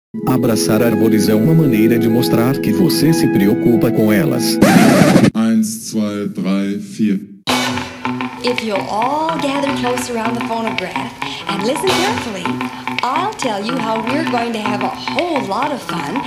Abraçar árvores é uma maneira de mostrar que você se preocupa com elas. 1, 2, 3, 4. If you'll all gather close around the phonograph and listen carefully, I'll tell you how we're going to have a whole lot of fun.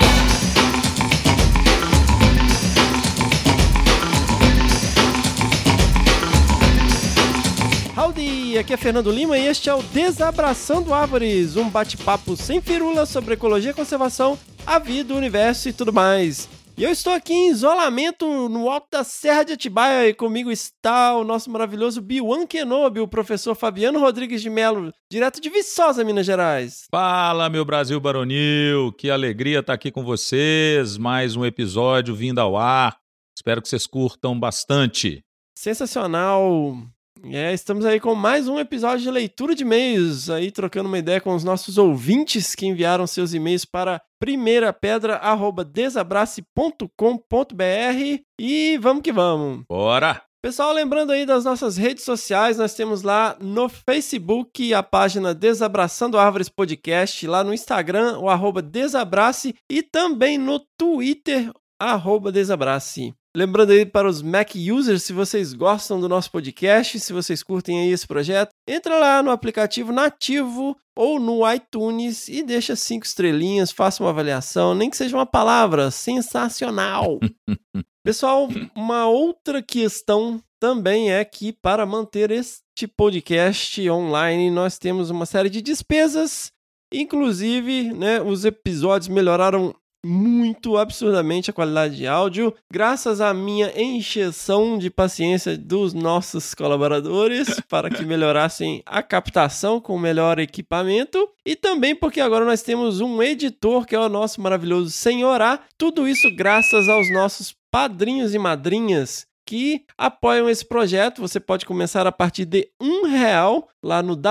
Howdy, aqui é Fernando Lima e este é o Desabraçando Árvores, um bate-papo sem firula sobre ecologia, conservação, a vida, o universo e tudo mais. E eu estou aqui em isolamento no alto da Serra de Atibaia e comigo está o nosso maravilhoso Biwan Kenobi, o professor Fabiano Rodrigues de Melo, direto de Viçosa, Minas Gerais. Fala, meu Brasil baronil, que alegria estar aqui com vocês, mais um episódio vindo ao ar, espero que vocês curtam bastante. Sensacional! Estamos aí com mais um episódio de leitura de e-mails, aí trocando uma ideia com os nossos ouvintes que enviaram seus e-mails para primeirapedra@desabrace.com.br e vamos que vamos. Bora! Pessoal, lembrando aí das nossas redes sociais, nós temos lá no Facebook a página Desabraçando Árvores Podcast, lá no Instagram o @desabrace e também no Twitter @desabrace. Lembrando aí para os Mac users, se vocês gostam do nosso podcast, se vocês curtem aí esse projeto, entra lá no aplicativo nativo ou no iTunes e deixa 5 estrelinhas, faça uma avaliação, nem que seja uma palavra, sensacional. Pessoal, uma outra questão também é que para manter este podcast online, nós temos uma série de despesas, inclusive, os episódios melhoraram muito absurdamente a qualidade de áudio, graças à minha encheção de paciência dos nossos colaboradores para que melhorassem a captação com melhor equipamento e também porque agora nós temos um editor que é o nosso maravilhoso Senhorá, tudo isso graças aos nossos padrinhos e madrinhas que apoiam esse projeto. Você pode começar a partir de R$1 lá no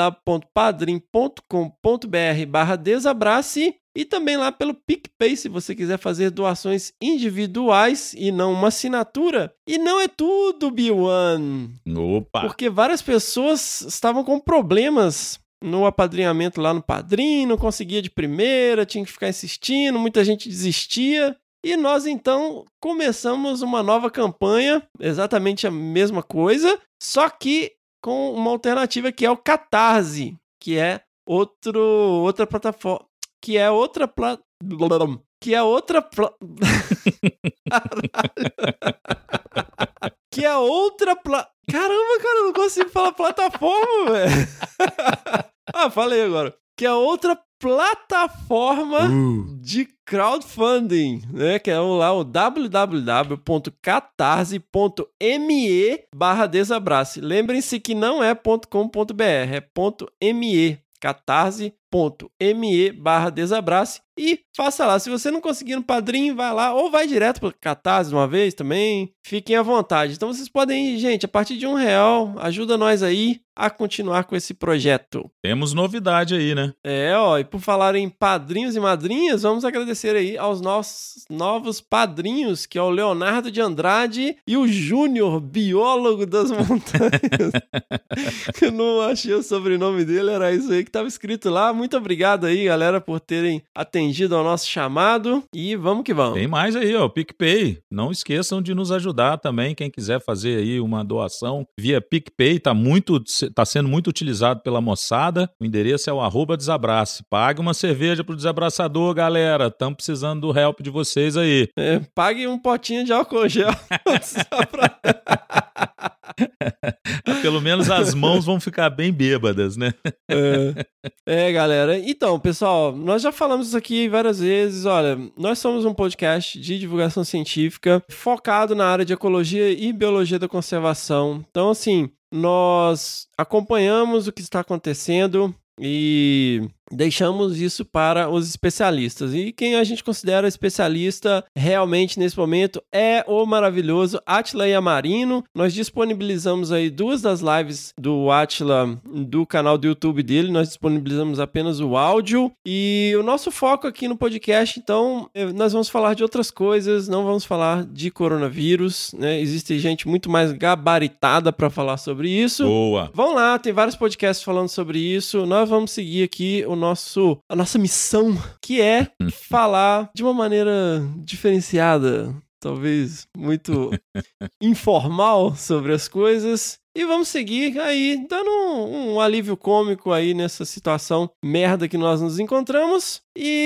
www.padrim.com.br/desabrace e também lá pelo PicPay, se você quiser fazer doações individuais e não uma assinatura. E não é tudo, Biwan! Opa! Porque várias pessoas estavam com problemas no apadrinhamento lá no Padrim, não conseguia de primeira, tinha que ficar insistindo, muita gente desistia. E nós, então, começamos uma nova campanha, exatamente a mesma coisa, só que com uma alternativa que é o Catarse, que é outra plataforma, que é outra que é outra Caramba, cara, eu não consigo falar plataforma, velho. Falei agora. Que é outra plataforma de crowdfunding, que é lá o www.catarse.me/desabrace. Lembrem-se que não é .com.br, é .me, catarse.me/desabrace e faça lá. Se você não conseguir no Padrim, vai lá ou vai direto para o Catarse de uma vez também. Fiquem à vontade. Então vocês podem ir, gente, a partir de R$1, ajuda nós aí a continuar com esse projeto. Temos novidade aí, né? E por falar em padrinhos e madrinhas, vamos agradecer aí aos nossos novos padrinhos, que é o Leonardo de Andrade e o Júnior, biólogo das montanhas. Eu não achei o sobrenome dele, era isso aí que estava escrito lá. Muito obrigado aí, galera, por terem atendido ao nosso chamado e vamos que vamos. Tem mais aí, o PicPay. Não esqueçam de nos ajudar também, quem quiser fazer aí uma doação via PicPay, tá sendo muito utilizado pela moçada. O endereço é o @desabrace. Pague uma cerveja pro desabraçador, galera. Estamos precisando do help de vocês aí. Pague um potinho de álcool gel. Pelo menos as mãos vão ficar bem bêbadas, né? Galera. Então, pessoal, nós já falamos isso aqui várias vezes. Olha, nós somos um podcast de divulgação científica focado na área de ecologia e biologia da conservação. Então, assim, nós acompanhamos o que está acontecendo e deixamos isso para os especialistas. E quem a gente considera especialista realmente nesse momento é o maravilhoso Átila Yamarino. Nós disponibilizamos aí 2 das lives do Átila do canal do YouTube dele. Nós disponibilizamos apenas o áudio. E o nosso foco aqui no podcast, então, nós vamos falar de outras coisas, não vamos falar de coronavírus, né? Existe gente muito mais gabaritada para falar sobre isso. Boa! Vão lá, tem vários podcasts falando sobre isso. Nós vamos seguir aqui o a nossa missão, que é falar de uma maneira diferenciada, talvez muito informal sobre as coisas. E vamos seguir aí, dando um alívio cômico aí nessa situação merda que nós nos encontramos.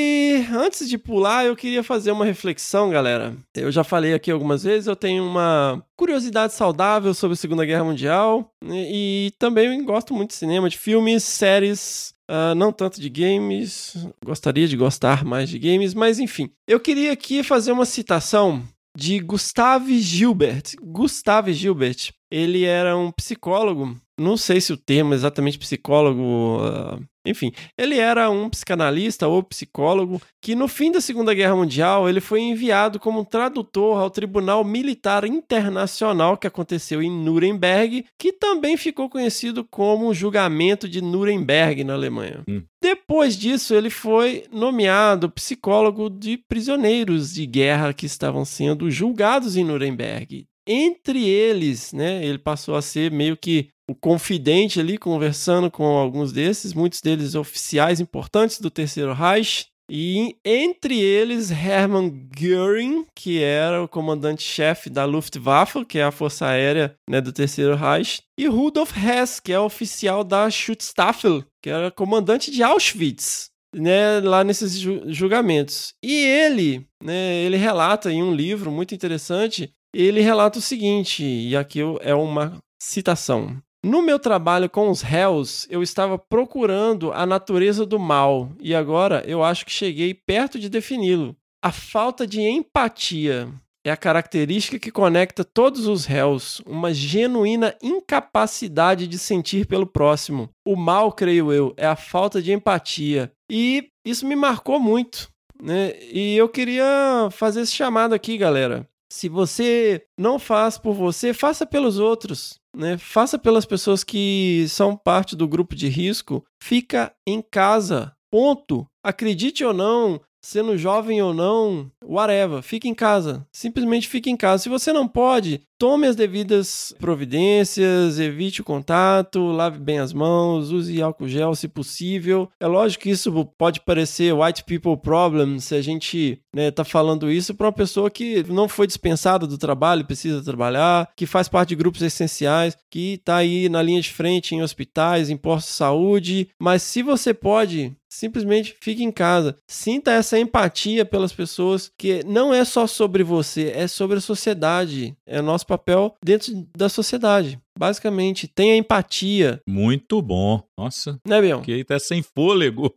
E antes de pular, eu queria fazer uma reflexão, galera. Eu já falei aqui algumas vezes, eu tenho uma curiosidade saudável sobre a Segunda Guerra Mundial. E também gosto muito de cinema, de filmes, séries, não tanto de games. Gostaria de gostar mais de games, mas enfim. Eu queria aqui fazer uma citação de Gustave Gilbert. Gustave Gilbert, ele era um psicólogo, não sei se o termo é exatamente psicólogo, enfim, ele era um psicanalista ou psicólogo que no fim da Segunda Guerra Mundial ele foi enviado como tradutor ao Tribunal Militar Internacional que aconteceu em Nuremberg, que também ficou conhecido como o Julgamento de Nuremberg na Alemanha. Depois disso, ele foi nomeado psicólogo de prisioneiros de guerra que estavam sendo julgados em Nuremberg. Entre eles, né, ele passou a ser meio que o confidente ali, conversando com alguns desses, muitos deles oficiais importantes do Terceiro Reich. E entre eles, Hermann Göring, que era o comandante-chefe da Luftwaffe, que é a força aérea, né, do Terceiro Reich, e Rudolf Hess, que é oficial da Schutzstaffel, que era comandante de Auschwitz, né, lá nesses julgamentos. E ele, né, ele relata em um livro muito interessante, ele relata o seguinte, e aqui é uma citação. No meu trabalho com os réus, eu estava procurando a natureza do mal, e agora eu acho que cheguei perto de defini-lo. A falta de empatia é a característica que conecta todos os réus, uma genuína incapacidade de sentir pelo próximo. O mal, creio eu, é a falta de empatia. E isso me marcou muito, né? E eu queria fazer esse chamado aqui, galera. Se você não faz por você, faça pelos outros, né? Faça pelas pessoas que são parte do grupo de risco. Fica em casa, ponto. Acredite ou não, sendo jovem ou não, whatever, fique em casa. Simplesmente fique em casa. Se você não pode, tome as devidas providências, evite o contato, lave bem as mãos, use álcool gel se possível. É lógico que isso pode parecer white people problem se a gente, né, tá falando isso para uma pessoa que não foi dispensada do trabalho, precisa trabalhar, que faz parte de grupos essenciais, que tá aí na linha de frente em hospitais, em postos de saúde. Mas se você pode, simplesmente fique em casa. Sinta essa empatia pelas pessoas, que não é só sobre você, é sobre a sociedade. É o nosso papel dentro da sociedade. Basicamente, tenha empatia. Muito bom. Nossa. Né, Bion? Fiquei até sem fôlego.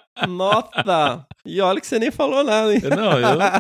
Nossa! E olha que você nem falou nada, hein? Não,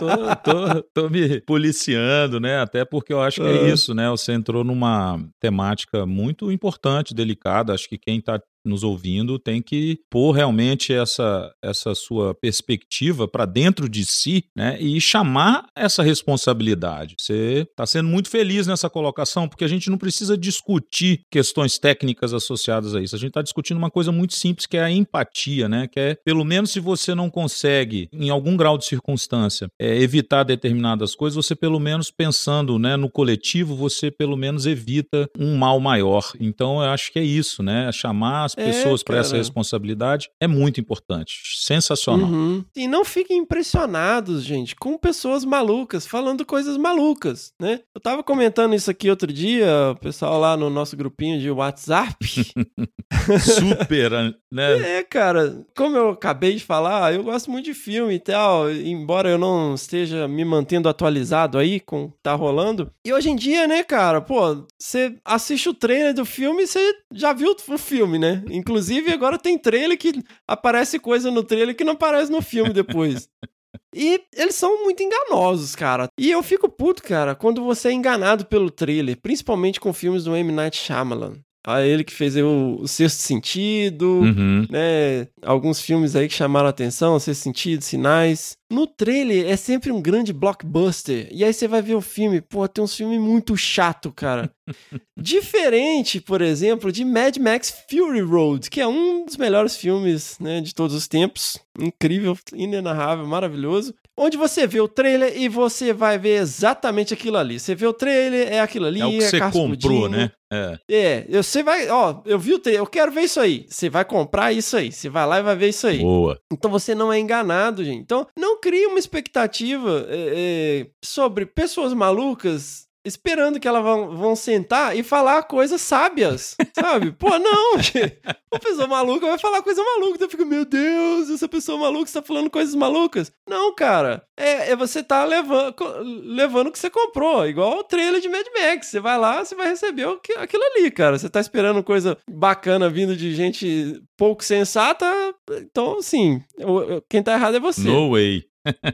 eu tô me policiando, né? Até porque eu acho que é isso, né? Você entrou numa temática muito importante, delicada. Acho que quem tá nos ouvindo tem que pôr realmente essa sua perspectiva para dentro de si, né? E chamar essa responsabilidade. Você está sendo muito feliz nessa colocação, porque a gente não precisa discutir questões técnicas associadas a isso. A gente está discutindo uma coisa muito simples, que é a empatia, né? Que é, pelo menos se você não consegue, em algum grau de circunstância, evitar determinadas coisas, você pelo menos pensando, né, no coletivo, você pelo menos evita um mal maior. Então eu acho que é isso, né? Chamar as pessoas para essa responsabilidade é muito importante. Sensacional. Uhum. E não fiquem impressionados, gente, com pessoas malucas, falando coisas malucas, né? Eu tava comentando isso aqui outro dia, o pessoal lá no nosso grupinho de WhatsApp. Super, né? Cara, como eu acabei de falar, eu gosto muito de filme e tal, embora eu não esteja me mantendo atualizado aí com o que tá rolando. E hoje em dia, né, cara, pô, você assiste o trailer do filme e você já viu o filme, né? Inclusive, agora tem trailer que aparece coisa no trailer que não aparece no filme depois. E eles são muito enganosos, cara. E eu fico puto, cara, quando você é enganado pelo trailer, principalmente com filmes do M. Night Shyamalan. Ele que fez o Sexto Sentido, né? Alguns filmes aí que chamaram a atenção, Sexto Sentido, Sinais. no trailer é sempre um grande blockbuster. E aí você vai ver o filme, pô, tem uns filmes muito chato, cara. Diferente, por exemplo, de Mad Max Fury Road, que é um dos melhores filmes, né, de todos os tempos. Incrível, inenarrável, maravilhoso. Onde você vê o trailer e você vai ver exatamente aquilo ali. Você vê o trailer, é aquilo ali. É o que você comprou, né? Você vai, eu vi o trailer, eu quero ver isso aí. Você vai comprar isso aí. Você vai lá e vai ver isso aí. Boa. Então você não é enganado, gente. Então não crie uma expectativa sobre pessoas malucas esperando que elas vão sentar e falar coisas sábias, sabe? Pô, não, gente. Uma pessoa maluca vai falar coisa maluca. Então eu fico, meu Deus, essa pessoa maluca está falando coisas malucas. Não, cara. Você tá levando o que você comprou. Igual o trailer de Mad Max. Você vai lá, você vai receber aquilo ali, cara. Você tá esperando coisa bacana vindo de gente pouco sensata. Então, assim, quem tá errado é você. No way.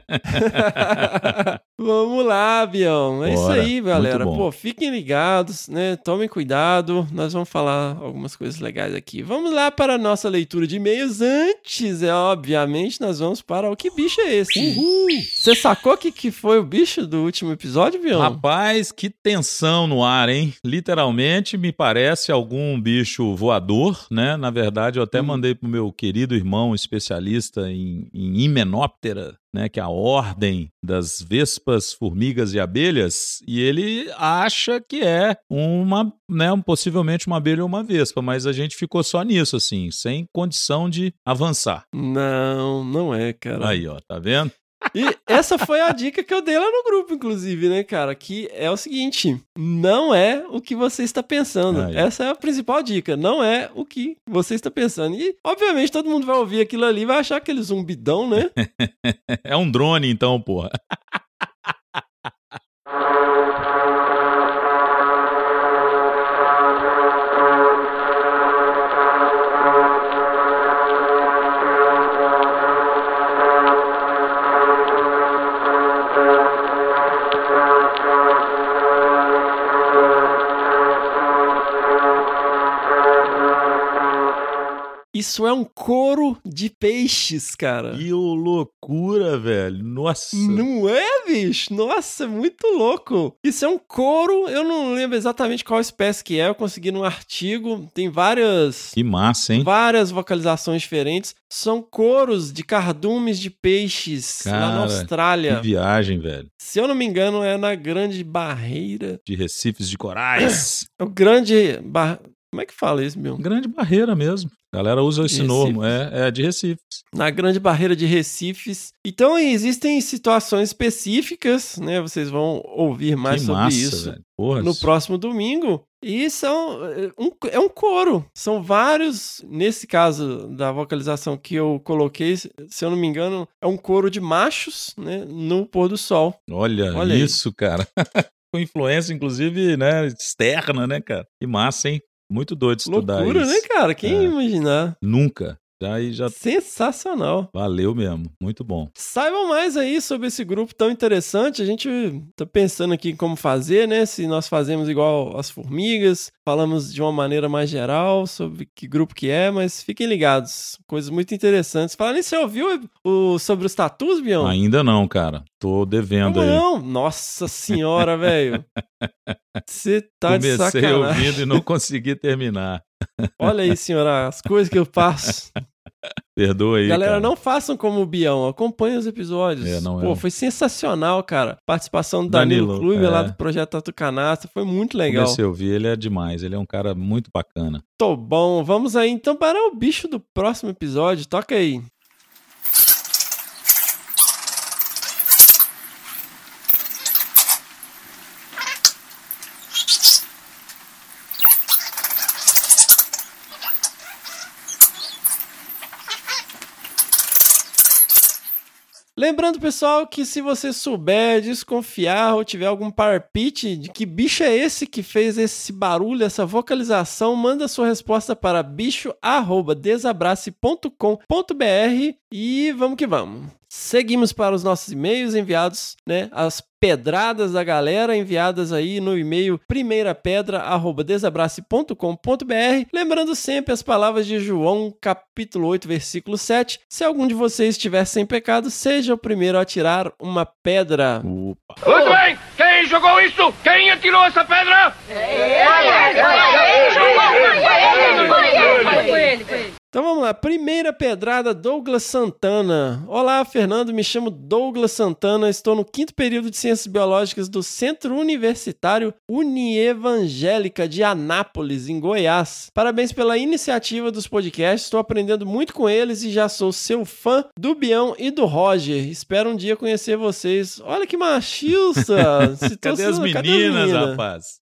Vamos lá, Bião. É isso aí, galera. Muito bom. Pô, fiquem ligados, né? Tomem cuidado. Nós vamos falar algumas coisas legais aqui. Vamos lá para a nossa leitura de e-mails. Antes, obviamente, nós vamos para o Que Bicho é Esse? Uhul! Você sacou que foi o bicho do último episódio, Bião? Rapaz, que tensão no ar, hein? Literalmente me parece algum bicho voador, né? Na verdade, eu até mandei pro meu querido irmão especialista em himenóptera, né, que é a ordem das vespas, formigas e abelhas, e ele acha que é possivelmente uma abelha ou uma vespa, mas a gente ficou só nisso, assim, sem condição de avançar. Não é, cara. Aí, ó, tá vendo? E essa foi a dica que eu dei lá no grupo, inclusive, né, cara? Que é o seguinte, não é o que você está pensando. Aí. Essa é a principal dica, não é o que você está pensando. E, obviamente, todo mundo vai ouvir aquilo ali e vai achar aquele zumbidão, né? É um drone, então, porra. Isso é um coro de peixes, cara. Que loucura, velho. Nossa. Não é, bicho? Nossa, é muito louco. Isso é um coro, eu não lembro exatamente qual espécie que é, eu consegui num artigo, tem várias... Que massa, hein? Várias vocalizações diferentes. São coros de cardumes de peixes lá na Austrália. Que viagem, velho. Se eu não me engano, é na Grande Barreira... De recifes de corais. É o Grande... Como é que fala isso, meu? Grande Barreira mesmo. A galera usa esse nome, de Recifes. Na Grande Barreira de Recifes. Então, existem situações específicas, né? Vocês vão ouvir mais sobre isso no próximo domingo. E é um coro. São vários, nesse caso da vocalização que eu coloquei, se eu não me engano, é um coro de machos, né? No pôr do sol. Olha isso, cara. Com influência, inclusive, né? Externa, né, cara? Que massa, hein? Muito doido estudar loucura, isso. Né, cara? Quem ia imaginar? Nunca. Sensacional. Valeu mesmo. Muito bom. Saibam mais aí sobre esse grupo tão interessante. A gente tá pensando aqui em como fazer, né? Se nós fazemos igual as formigas, falamos de uma maneira mais geral sobre que grupo que é, mas fiquem ligados. Coisas muito interessantes. Falando nisso, você ouviu sobre os tatus, Bião? Ainda não, cara. Tô devendo Como aí. Não? Nossa senhora, velho. Você tá de sacanagem. Comecei ouvindo e não consegui terminar. Olha aí, senhora, as coisas que eu passo. Perdoa aí, galera, cara. não façam como o Bião, acompanhem os episódios. Foi sensacional, cara. Participação do Danilo Kluber lá do Projeto Tatu Canastra, foi muito legal. Comecei a ouvir, ele é demais, ele é um cara muito bacana. Tô bom, vamos aí então para o bicho do próximo episódio, toca aí. Lembrando, pessoal, que se você souber, desconfiar ou tiver algum palpite de que bicho é esse que fez esse barulho, essa vocalização, manda sua resposta para bicho@desabrace.com.br e vamos que vamos. seguimos para os nossos e-mails enviados, né? As pedradas da galera enviadas aí no e-mail primeirapedra@desabrace.com.br. Lembrando sempre as palavras de João, capítulo 8, versículo 7. Se algum de vocês estiver sem pecado, seja o primeiro a tirar uma pedra. Opa. Muito bem! Quem jogou isso? Quem atirou essa pedra? Foi ele. Então vamos lá, primeira pedrada, Douglas Santana. Olá, Fernando, me chamo Douglas Santana, estou no 5º período de Ciências Biológicas do Centro Universitário Unievangélica de Anápolis, em Goiás. Parabéns pela iniciativa dos podcasts, estou aprendendo muito com eles e já sou seu fã do Bião e do Roger. Espero um dia conhecer vocês. Olha que machista! Cadê as meninas, rapaz?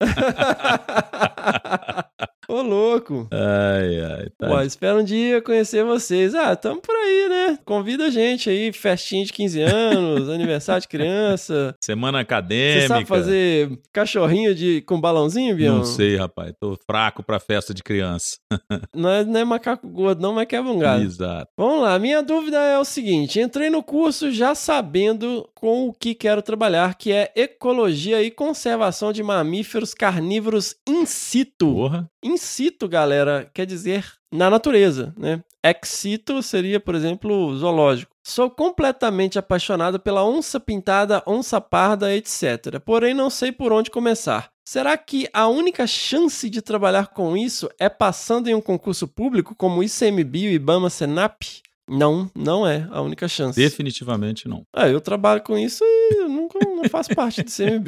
Ô, louco. Ai. Tá. Pô, espero um dia conhecer vocês. Tamo por aí, né? Convida a gente aí, festinha de 15 anos, aniversário de criança. Semana acadêmica. Você sabe fazer cachorrinho com balãozinho, Bião? Não sei, rapaz. Tô fraco pra festa de criança. Não é macaco gordo, não, mas quebra um galho. Exato. Vamos lá, minha dúvida é o seguinte. Entrei no curso já sabendo com o que quero trabalhar, que é ecologia e conservação de mamíferos carnívoros in situ. Porra. In situ, galera, quer dizer na natureza, né? Ex situ seria, por exemplo, zoológico. Sou completamente apaixonado pela onça pintada, onça parda, etc. Porém, não sei por onde começar. Será que a única chance de trabalhar com isso é passando em um concurso público como o ICMBio e IBAMA Senap? Não é a única chance. Definitivamente não. Eu trabalho com isso e eu não faço parte do ICMB.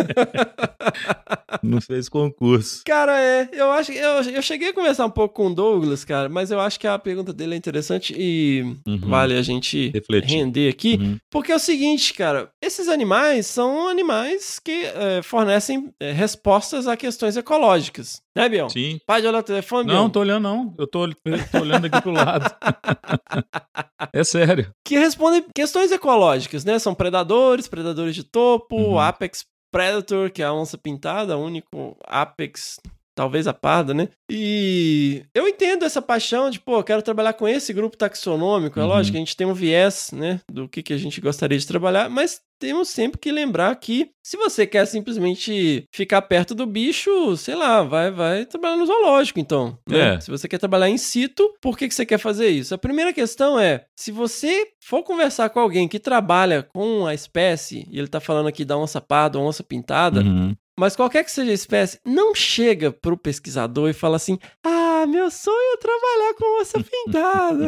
Não fez concurso. Cara, eu acho que eu cheguei a conversar um pouco com o Douglas, cara, mas eu acho que a pergunta dele é interessante e vale a gente render aqui. Porque é o seguinte, cara, esses animais são animais que fornecem respostas a questões ecológicas. Né, Bião? Sim. Para de olhar o telefone, Bião? Não, tô olhando não. Eu tô olhando aqui pro lado. É sério. Que respondem questões ecológicas, né? São predadores de topo, Apex Predator, que é a onça pintada, único Apex, talvez a parda, né? E eu entendo essa paixão de, quero trabalhar com esse grupo taxonômico. É lógico que a gente tem um viés, né, do que a gente gostaria de trabalhar, mas temos sempre que lembrar que se você quer simplesmente ficar perto do bicho, sei lá, vai trabalhar no zoológico, então. Né? Se você quer trabalhar in situ, por que você quer fazer isso? A primeira questão é, se você for conversar com alguém que trabalha com a espécie, e ele tá falando aqui da onça parda ou onça pintada, mas qualquer que seja a espécie, não chega pro pesquisador e fala assim, meu sonho é trabalhar com onça pintada.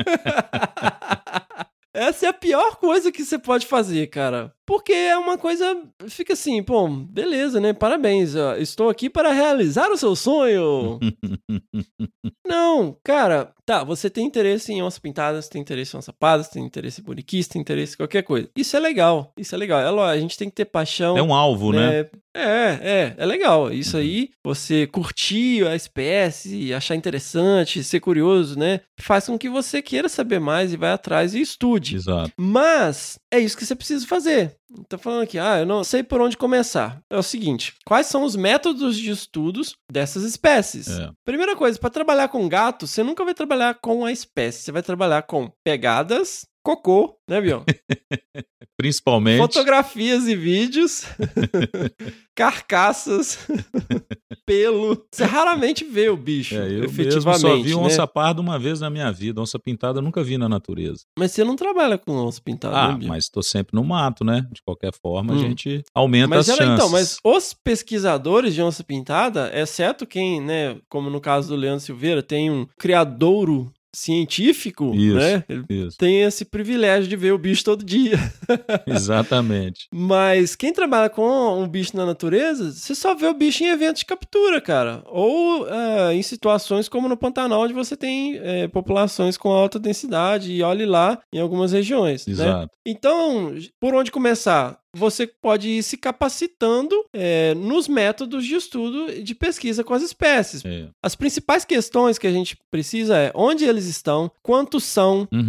Essa é a pior coisa que você pode fazer, cara. Porque é uma coisa... Fica assim, beleza, né? Parabéns. Estou aqui para realizar o seu sonho. Não, cara. Tá, você tem interesse em onça pintada, você tem interesse em onça parda, você tem interesse em buriqui, você tem interesse em qualquer coisa. Isso é legal. A gente tem que ter paixão. É um alvo, né? É legal. Isso aí, você curtir a espécie, achar interessante, ser curioso, né? Faz com que você queira saber mais e vai atrás e estude. Exato. Mas é isso que você precisa fazer. Tô falando aqui, eu não sei por onde começar. É o seguinte, quais são os métodos de estudos dessas espécies? Primeira coisa, para trabalhar com gato, você nunca vai trabalhar com a espécie, você vai trabalhar com pegadas, cocô, né, Bião? Principalmente. Fotografias e vídeos, carcaças, pelo. Você raramente vê o bicho, eu efetivamente. Mesmo só vi né? onça parda uma vez na minha vida. Onça pintada eu nunca vi na natureza. Mas você não trabalha com onça pintada, né, Bião? Mas tô sempre no mato, né? De qualquer forma, a gente aumenta as chances. Então, mas os pesquisadores de onça pintada, exceto quem, né, como no caso do Leandro Silveira, tem um criadouro científico, né? Ele tem esse privilégio de ver o bicho todo dia. Exatamente. Mas quem trabalha com um bicho na natureza, você só vê o bicho em eventos de captura, cara. Ou em situações como no Pantanal, onde você tem populações com alta densidade, e olhe lá em algumas regiões. Exato. Né? Então, por onde começar? Você pode ir se capacitando nos métodos de estudo e de pesquisa com as espécies. As principais questões que a gente precisa é onde eles estão, quantos são,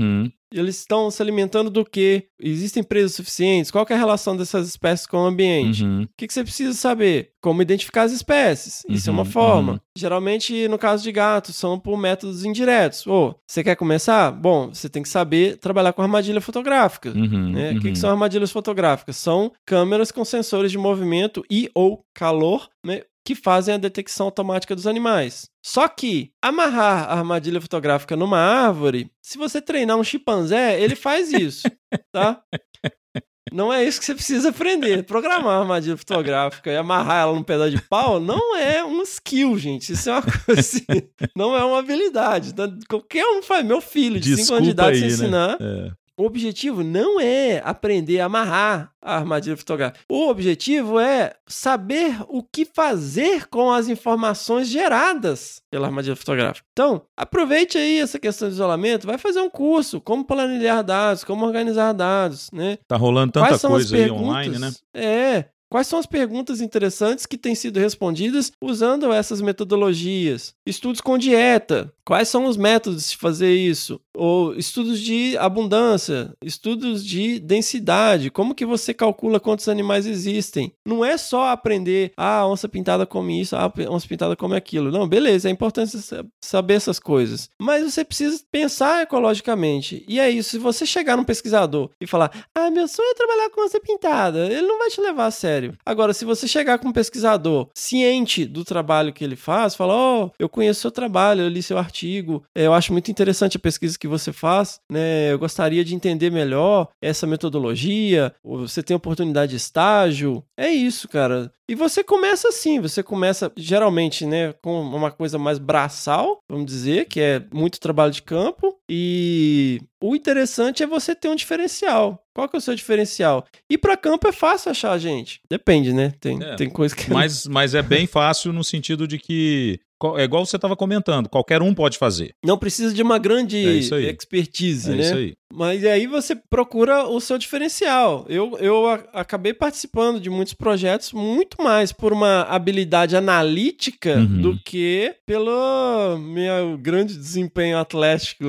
Eles estão se alimentando do quê? Existem presas suficientes? Qual que é a relação dessas espécies com o ambiente? O que você precisa saber? Como identificar as espécies. Isso é uma forma. Geralmente, no caso de gatos, são por métodos indiretos. Você quer começar? Bom, você tem que saber trabalhar com armadilha fotográfica. Né? O que são armadilhas fotográficas? São câmeras com sensores de movimento e ou calor, né, que fazem a detecção automática dos animais. Só que amarrar a armadilha fotográfica numa árvore, se você treinar um chimpanzé, ele faz isso, tá? Não é isso que você precisa aprender. Programar uma armadilha fotográfica e amarrar ela num pedaço de pau não é um skill, gente. Isso é uma coisa assim, não é uma habilidade. Então, qualquer um faz. Meu filho de 5 anos de idade se ensinar... Né? O objetivo não é aprender a amarrar a armadilha fotográfica. O objetivo é saber o que fazer com as informações geradas pela armadilha fotográfica. Então, aproveite aí essa questão de isolamento, vai fazer um curso, como planilhar dados, como organizar dados, né? Tá rolando tanta coisa aí online, né? Quais são as perguntas interessantes que têm sido respondidas usando essas metodologias? Estudos com dieta. Quais são os métodos de fazer isso? Ou estudos de abundância, estudos de densidade. Como que você calcula quantos animais existem? Não é só aprender, a onça pintada come isso, a onça pintada come aquilo. Não, beleza, é importante saber essas coisas. Mas você precisa pensar ecologicamente. E é isso, se você chegar num pesquisador e falar, meu sonho é trabalhar com onça pintada, ele não vai te levar a sério. Agora, se você chegar com um pesquisador ciente do trabalho que ele faz, fala, eu conheço seu trabalho, eu li seu artigo, eu acho muito interessante a pesquisa que você faz, né? Eu gostaria de entender melhor essa metodologia, você tem oportunidade de estágio, é isso, cara. E você começa assim, você começa geralmente, né, com uma coisa mais braçal, vamos dizer, que é muito trabalho de campo, e o interessante é você ter um diferencial. Qual que é o seu diferencial? Ir pra campo é fácil achar, gente. Depende, né? Tem coisa que... Mas é bem fácil no sentido de que é igual você estava comentando, qualquer um pode fazer. Não precisa de uma grande expertise, né? Isso aí. Mas aí você procura o seu diferencial. Eu acabei participando de muitos projetos muito mais por uma habilidade analítica do que pelo meu grande desempenho atlético.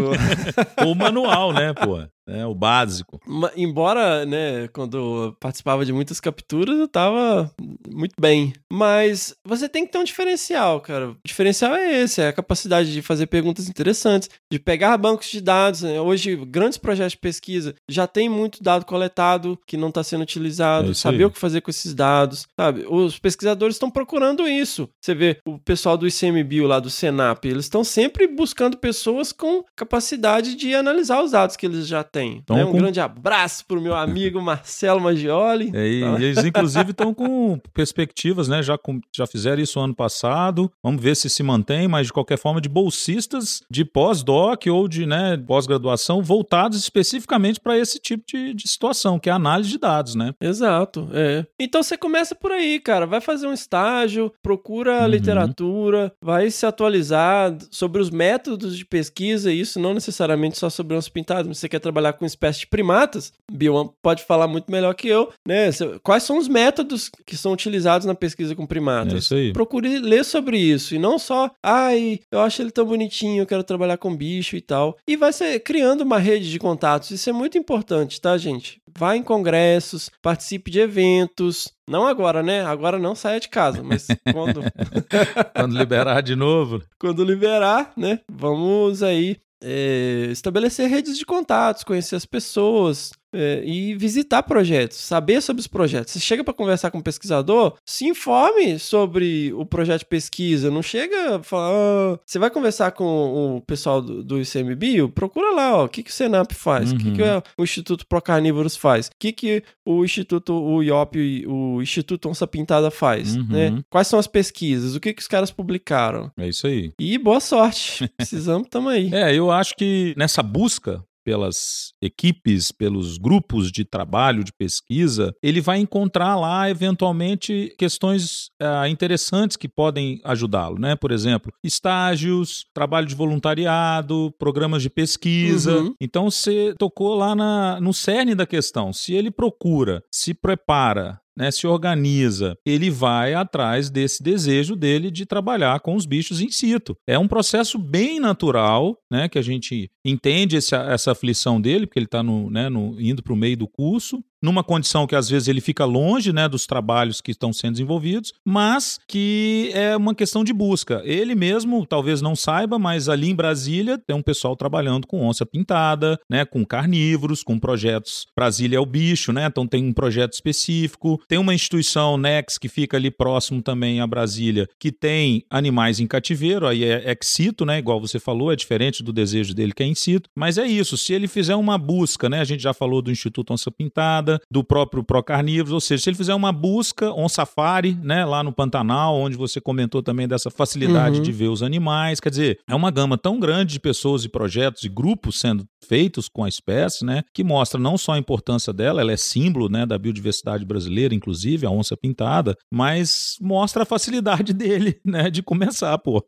O manual, né, pô? O básico. Embora, né, quando eu participava de muitas capturas, eu tava muito bem. Mas você tem que ter um diferencial, cara. O diferencial é esse, é a capacidade de fazer perguntas interessantes, de pegar bancos de dados, né? Hoje, grandes projetos de pesquisa já tem muito dado coletado que não está sendo utilizado, saber o que fazer com esses dados, sabe? Os pesquisadores estão procurando isso. Você vê o pessoal do ICMBio lá do Senap, eles estão sempre buscando pessoas com capacidade de analisar os dados que eles já têm. Então, né? Um grande abraço pro meu amigo Marcelo Maggioli. E eles, inclusive, estão com perspectivas, né? Já fizeram isso ano passado. Vamos ver se mantém, mas de qualquer forma, de bolsistas de pós-doc ou de, né, pós-graduação voltados especificamente para esse tipo de situação, que é a análise de dados, né? Exato, Então você começa por aí, cara. Vai fazer um estágio, procura literatura, vai se atualizar sobre os métodos de pesquisa, isso não necessariamente só sobre onça pintada, mas você quer trabalhar com espécies de primatas, Bill pode falar muito melhor que eu, né? Quais são os métodos que são utilizados na pesquisa com primatas? É isso aí. Procure ler sobre isso, e não só, eu acho ele tão bonitinho, eu quero trabalhar com bicho e tal. E vai ser criando uma rede de contatos, isso é muito importante, tá, gente? Vá em congressos, participe de eventos, não agora, né? Agora não saia de casa, mas quando... Quando liberar de novo. Quando liberar, né? Vamos aí estabelecer redes de contatos, conhecer as pessoas e visitar projetos, saber sobre os projetos. Você chega para conversar com um pesquisador, se informe sobre o projeto de pesquisa, não chega a falar... Você vai conversar com o pessoal do ICMBio, procura lá, o que o Senap faz, o que o Instituto Procarnívoros faz, o que o Instituto, o IOP, o Instituto Onça Pintada faz, né? Quais são as pesquisas, o que os caras publicaram. É isso aí. E boa sorte, precisamos, tamo aí. Eu acho que nessa busca pelas equipes, pelos grupos de trabalho, de pesquisa, ele vai encontrar lá, eventualmente, questões interessantes que podem ajudá-lo, né? Por exemplo, estágios, trabalho de voluntariado, programas de pesquisa. Então, você tocou lá no cerne da questão. Se ele procura, se prepara, né, se organiza, ele vai atrás desse desejo dele de trabalhar com os bichos in situ. É um processo bem natural, né, que a gente entende essa aflição dele, porque ele está indo para o meio do curso, numa condição que às vezes ele fica longe, né, dos trabalhos que estão sendo desenvolvidos, mas que é uma questão de busca. Ele mesmo talvez não saiba, mas ali em Brasília tem um pessoal trabalhando com onça pintada, né, com carnívoros, com projetos. Brasília é o bicho, né, então tem um projeto específico. Tem uma instituição, NEX, que fica ali próximo também a Brasília, que tem animais em cativeiro, aí é ex situ, né, igual você falou, é diferente do desejo dele que é in situ, mas é isso, se ele fizer uma busca, né, a gente já falou do Instituto Onça Pintada, do próprio Procarnívoros, ou seja, se ele fizer uma busca, on safari, né, lá no Pantanal, onde você comentou também dessa facilidade de ver os animais, quer dizer, é uma gama tão grande de pessoas e projetos e grupos sendo feitos com a espécie, né, que mostra não só a importância dela, ela é símbolo, né, da biodiversidade brasileira, inclusive, a onça pintada, mas mostra a facilidade dele, né, de começar, pô.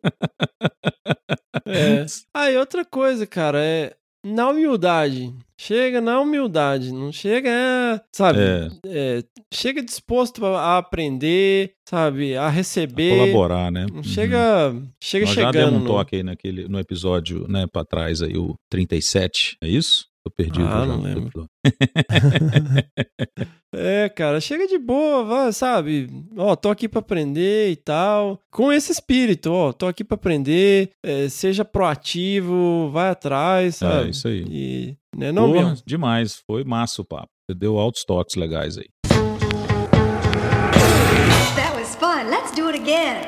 E outra coisa, cara, na humildade. Chega na humildade, não chega, sabe? Chega disposto a aprender, sabe? A receber. A colaborar, né? Não chega Nós chegando. Já demos um toque aí no episódio, né, pra trás aí, o 37, é isso? Tô perdido. Não lembro. Cara, chega de boa, vai, sabe? Tô aqui pra aprender e tal. Com esse espírito, tô aqui pra aprender. Seja proativo, vai atrás, sabe? É, isso aí. E, Porra, demais, foi massa o papo. Você deu altos toques legais aí. That was fun. Let's do it again.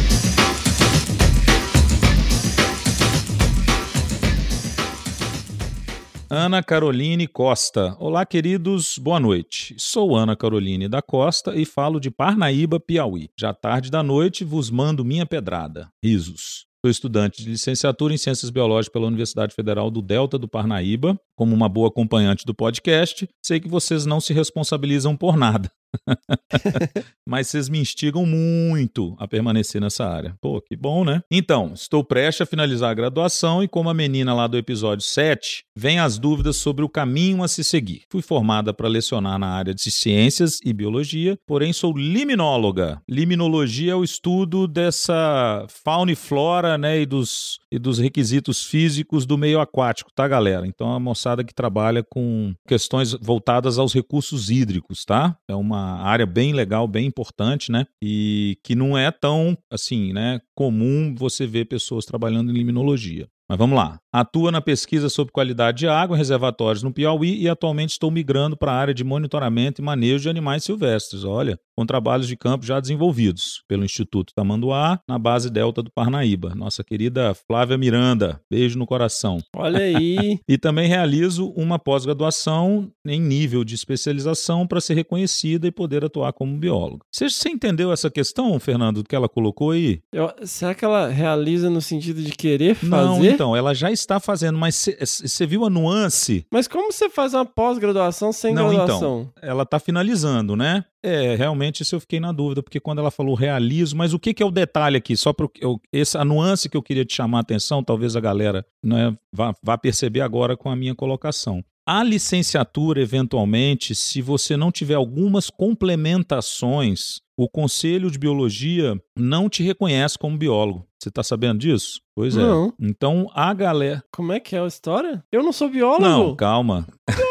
Ana Caroline Costa. Olá, queridos, boa noite. Sou Ana Caroline da Costa e falo de Parnaíba, Piauí. Já tarde da noite vos mando minha pedrada. Risos. Sou estudante de licenciatura em Ciências Biológicas pela Universidade Federal do Delta do Parnaíba. Como uma boa acompanhante do podcast, sei que vocês não se responsabilizam por nada. Mas vocês me instigam muito a permanecer nessa área. Pô, que bom, né? Então, estou prestes a finalizar a graduação e como a menina lá do episódio 7, vem as dúvidas sobre o caminho a se seguir. Fui formada para lecionar na área de ciências e biologia, porém sou liminóloga. Liminologia é o estudo dessa fauna e flora, né, e dos requisitos físicos do meio aquático, tá, galera? Então, a moçada que trabalha com questões voltadas aos recursos hídricos, tá? É uma área bem legal, bem importante, né? E que não é tão, assim, né, comum você ver pessoas trabalhando em liminologia. Mas vamos lá. Atua na pesquisa sobre qualidade de água em reservatórios no Piauí e atualmente estou migrando para a área de monitoramento e manejo de animais silvestres. Olha, com trabalhos de campo já desenvolvidos pelo Instituto Tamanduá, na base Delta do Parnaíba. Nossa querida Flávia Miranda, beijo no coração. Olha aí. E também realizo uma pós-graduação em nível de especialização para ser reconhecida e poder atuar como biólogo. Você entendeu essa questão, Fernando, que ela colocou aí? Será que ela realiza no sentido de querer fazer? Não, então, ela já está fazendo, mas você viu a nuance? Mas como você faz uma pós-graduação sem graduação? Então, ela está finalizando, né? Realmente isso eu fiquei na dúvida, porque quando ela falou realizo, mas o que é o detalhe aqui? Só para a nuance que eu queria te chamar a atenção, talvez a galera, né, vá perceber agora com a minha colocação. A licenciatura, eventualmente, se você não tiver algumas complementações, o Conselho de Biologia não te reconhece como biólogo. Você está sabendo disso? Pois é. Não. Então, a galera... Como é que é a história? Eu não sou biólogo. Não, calma.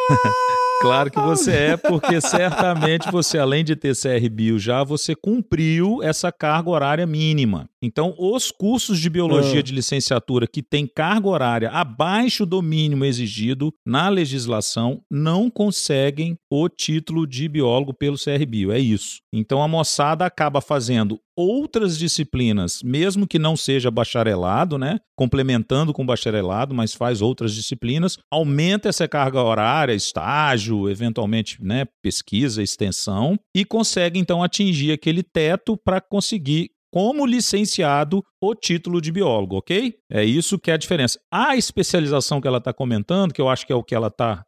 Claro que você é, porque certamente você, além de ter CR Bio já, você cumpriu essa carga horária mínima. Então, os cursos de biologia de licenciatura que têm carga horária abaixo do mínimo exigido na legislação não conseguem o título de biólogo pelo CR Bio. É isso. Então, a moçada acaba fazendo outras disciplinas, mesmo que não seja bacharelado, né? Complementando com bacharelado, mas faz outras disciplinas, aumenta essa carga horária, estágio, eventualmente, né, pesquisa, extensão, e consegue então atingir aquele teto para conseguir, como licenciado, o título de biólogo, ok? É isso que é a diferença. A especialização que ela está comentando, que eu acho que é o que ela está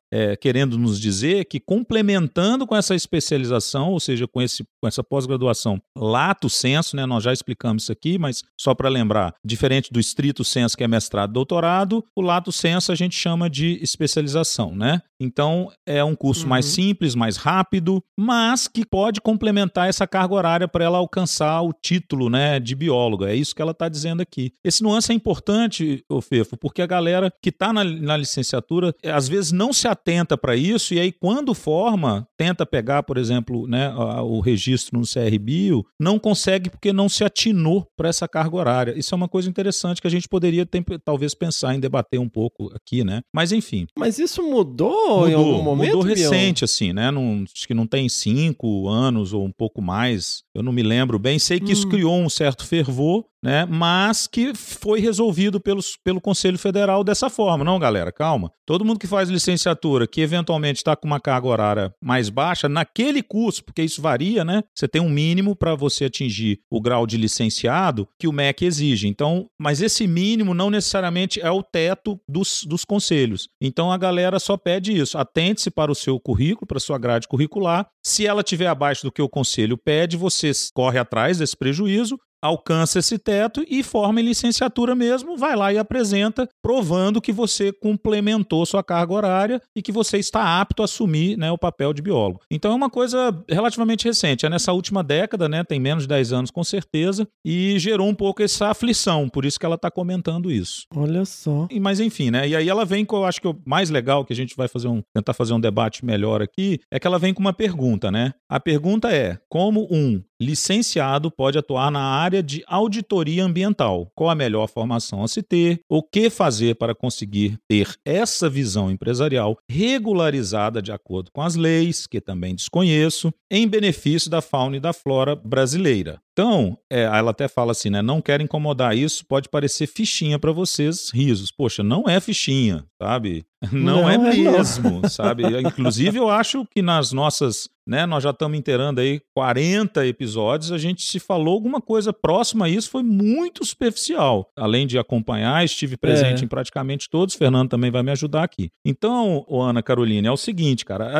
querendo nos dizer que complementando com essa especialização, ou seja, com essa pós-graduação lato sensu, né, nós já explicamos isso aqui, mas só para lembrar, diferente do stricto sensu, que é mestrado e doutorado, o lato sensu a gente chama de especialização, né? Então, é um curso mais simples, mais rápido, mas que pode complementar essa carga horária para ela alcançar o título, né, de bióloga. É isso que ela está dizendo aqui. Esse nuance é importante, Fefo, porque a galera que está na licenciatura, às vezes não se atenta para isso, e aí quando forma, tenta pegar, por exemplo, né, o registro no CRBio, não consegue porque não se atinou para essa carga horária. Isso é uma coisa interessante que a gente poderia talvez pensar em debater um pouco aqui, né? Mas enfim. Mas isso mudou em algum momento? Mudou recente, assim, né? Acho que não tem 5 anos ou um pouco mais, eu não me lembro bem. Sei que isso criou um certo fervor, né? Mas que foi resolvido pelo Conselho Federal dessa forma. Não, galera, calma. Todo mundo que faz licenciatura, que eventualmente está com uma carga horária mais baixa, naquele curso, porque isso varia, né? Você tem um mínimo para você atingir o grau de licenciado que o MEC exige. Então, mas esse mínimo não necessariamente é o teto dos conselhos. Então, a galera só pede isso. Atente-se para o seu currículo, para a sua grade curricular. Se ela estiver abaixo do que o conselho pede, você corre atrás desse prejuízo, alcança esse teto e forma em licenciatura mesmo, vai lá e apresenta, provando que você complementou sua carga horária e que você está apto a assumir, né, o papel de biólogo. Então é uma coisa relativamente recente, é nessa última década, né, tem menos de 10 anos com certeza, e gerou um pouco essa aflição, por isso que ela está comentando isso. Olha só. Mas enfim, né, e aí ela vem com, eu acho que o mais legal, que a gente vai tentar fazer um debate melhor aqui, é que ela vem com uma pergunta, né? A pergunta é, como um licenciado pode atuar na área de auditoria ambiental? Qual a melhor formação a se ter? O que fazer para conseguir ter essa visão empresarial regularizada de acordo com as leis, que também desconheço, em benefício da fauna e da flora brasileira? Então, ela até fala assim, né? Não quero incomodar isso, pode parecer fichinha para vocês, risos. Poxa, não é fichinha, sabe? Não é mesmo, sabe? Inclusive, eu acho que nas nossas, né, nós já estamos inteirando aí 40 episódios, a gente se falou alguma coisa próxima a isso, foi muito superficial. Além de acompanhar, estive presente em praticamente todos, Fernando também vai me ajudar aqui. Então, Ana Carolina, é o seguinte, cara,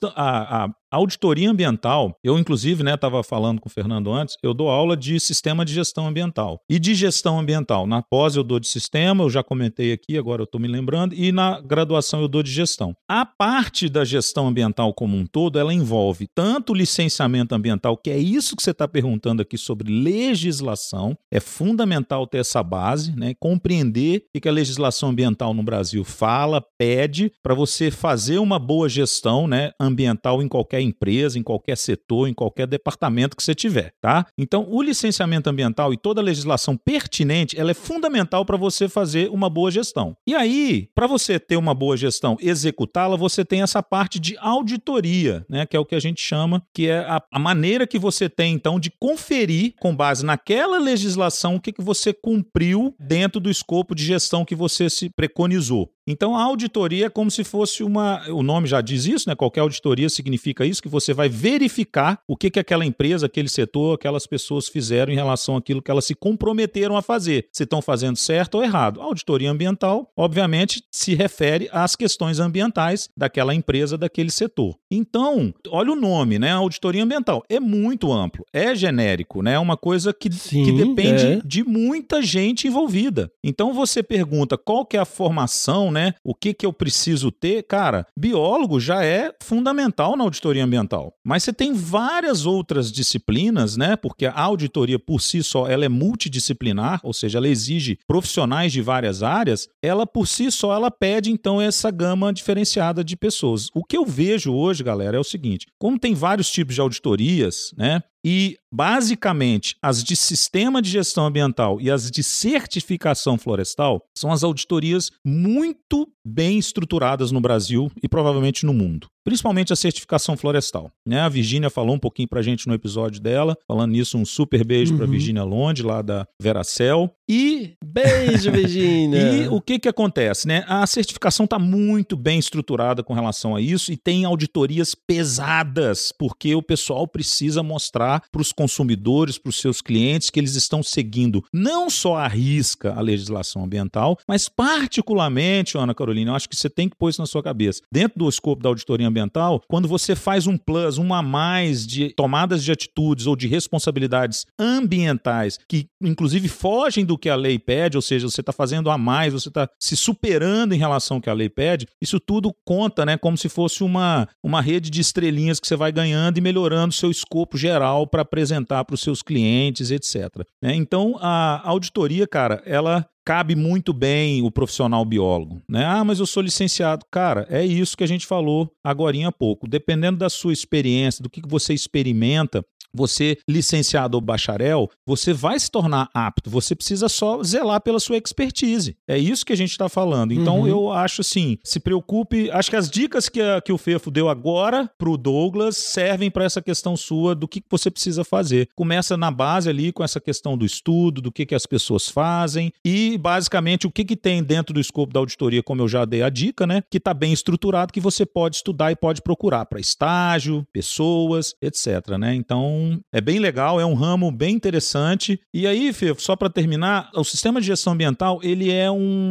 a auditoria ambiental, eu inclusive, né, estava falando com o Fernando antes, eu dou aula de sistema de gestão ambiental e de gestão ambiental. Na pós eu dou de sistema, eu já comentei aqui, agora eu estou me lembrando, e na graduação eu dou de gestão. A parte da gestão ambiental como um todo, ela envolve tanto o licenciamento ambiental, que é isso que você está perguntando aqui sobre legislação, é fundamental ter essa base, né, compreender o que a legislação ambiental no Brasil fala, pede, para você fazer uma boa gestão, né, ambiental em qualquer empresa, em qualquer setor, em qualquer departamento que você tiver, tá? Então, o licenciamento ambiental e toda a legislação pertinente, ela é fundamental para você fazer uma boa gestão. E aí, para você ter uma boa gestão, executá-la, você tem essa parte de auditoria, né, que é o que a gente chama, que é a maneira que você tem, então, de conferir, com base naquela legislação, o que você cumpriu dentro do escopo de gestão que você se preconizou. Então, a auditoria é como se fosse o nome já diz isso, né? Qualquer auditoria significa isso, que você vai verificar o que aquela empresa, aquele setor, aquelas pessoas fizeram em relação àquilo que elas se comprometeram a fazer, se estão fazendo certo ou errado. A auditoria ambiental, obviamente, se refere às questões ambientais daquela empresa, daquele setor. Então, olha o nome, né? A auditoria ambiental é muito amplo, é genérico, né? É uma coisa que depende de muita gente envolvida. Então, você pergunta qual que é a formação, né? O que eu preciso ter? Cara, biólogo já é fundamental na auditoria ambiental. Mas você tem várias outras disciplinas, né? Porque a auditoria por si só, ela é multidisciplinar, ou seja, ela exige profissionais de várias áreas. Ela por si só, ela pede então essa gama diferenciada de pessoas. O que eu vejo hoje, galera, é o seguinte: como tem vários tipos de auditorias, né? E, basicamente, as de sistema de gestão ambiental e as de certificação florestal são as auditorias muito bem estruturadas no Brasil e provavelmente no mundo. principalmente a certificação florestal, né? A Virgínia falou um pouquinho pra gente no episódio dela, falando nisso, um super beijo pra Virgínia Londe, lá da Veracel. E beijo, Virgínia! E o que acontece, né? A certificação está muito bem estruturada com relação a isso e tem auditorias pesadas, porque o pessoal precisa mostrar para os consumidores, para os seus clientes, que eles estão seguindo não só à risca a legislação ambiental, mas particularmente, Ana Carolina, eu acho que você tem que pôr isso na sua cabeça. Dentro do escopo da auditoria ambiental, quando você faz um plus, um a mais de tomadas de atitudes ou de responsabilidades ambientais, que inclusive fogem do que a lei pede, ou seja, você está fazendo a mais, você está se superando em relação ao que a lei pede, isso tudo conta, né, como se fosse uma rede de estrelinhas que você vai ganhando e melhorando o seu escopo geral para apresentar para os seus clientes, etc. Né? Então, a auditoria, cara, ela cabe muito bem o profissional biólogo, né? Ah, mas eu sou licenciado. Cara, é isso que a gente falou agorinha há pouco. Dependendo da sua experiência, do que você experimenta, você, licenciado ou bacharel, você vai se tornar apto, você precisa só zelar pela sua expertise. É isso que a gente está falando. Então, eu acho assim, se preocupe, acho que as dicas que o Fefo deu agora para o Douglas servem para essa questão sua do que você precisa fazer. Começa na base ali com essa questão do estudo, do que as pessoas fazem e, basicamente, o que tem dentro do escopo da auditoria, como eu já dei a dica, né, que está bem estruturado, que você pode estudar e pode procurar para estágio, pessoas, etc, né? Então, é bem legal, é um ramo bem interessante. E aí, Fefo, só para terminar, o sistema de gestão ambiental, ele é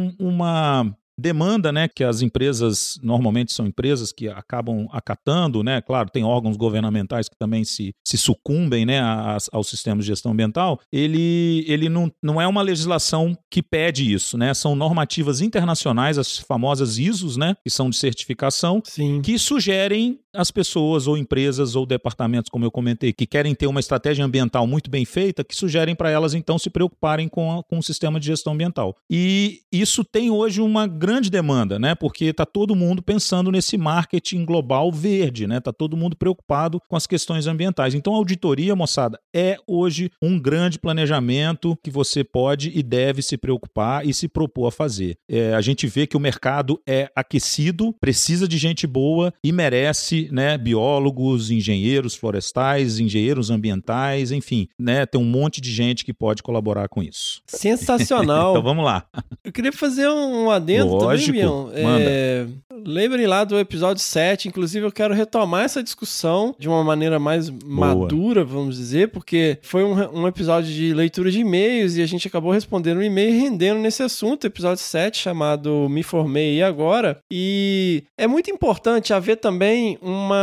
uma demanda, né, que as empresas, normalmente são empresas que acabam acatando, né, claro, tem órgãos governamentais que também se sucumbem, né, ao sistema de gestão ambiental, ele não é uma legislação que pede isso, né, são normativas internacionais, as famosas ISOs, né, que são de certificação, Sim. que sugerem as pessoas ou empresas ou departamentos, como eu comentei, que querem ter uma estratégia ambiental muito bem feita, que sugerem para elas, então, se preocuparem com o sistema de gestão ambiental. E isso tem hoje uma grande demanda, né? Porque está todo mundo pensando nesse marketing global verde, né? Está todo mundo preocupado com as questões ambientais. Então, a auditoria, moçada, é hoje um grande planejamento que você pode e deve se preocupar e se propor a fazer. A gente vê que o mercado é aquecido, precisa de gente boa e merece, né, biólogos, engenheiros florestais, engenheiros ambientais, enfim, né, tem um monte de gente que pode colaborar com isso. Sensacional. Então vamos lá. Eu queria fazer um adendo Lógico, também, Bion. Lembrem lá do episódio 7, inclusive eu quero retomar essa discussão de uma maneira mais madura, vamos dizer, porque foi um episódio de leitura de e-mails e a gente acabou respondendo um e-mail e rendendo nesse assunto, episódio 7, chamado Me Formei e Agora, e é muito importante haver também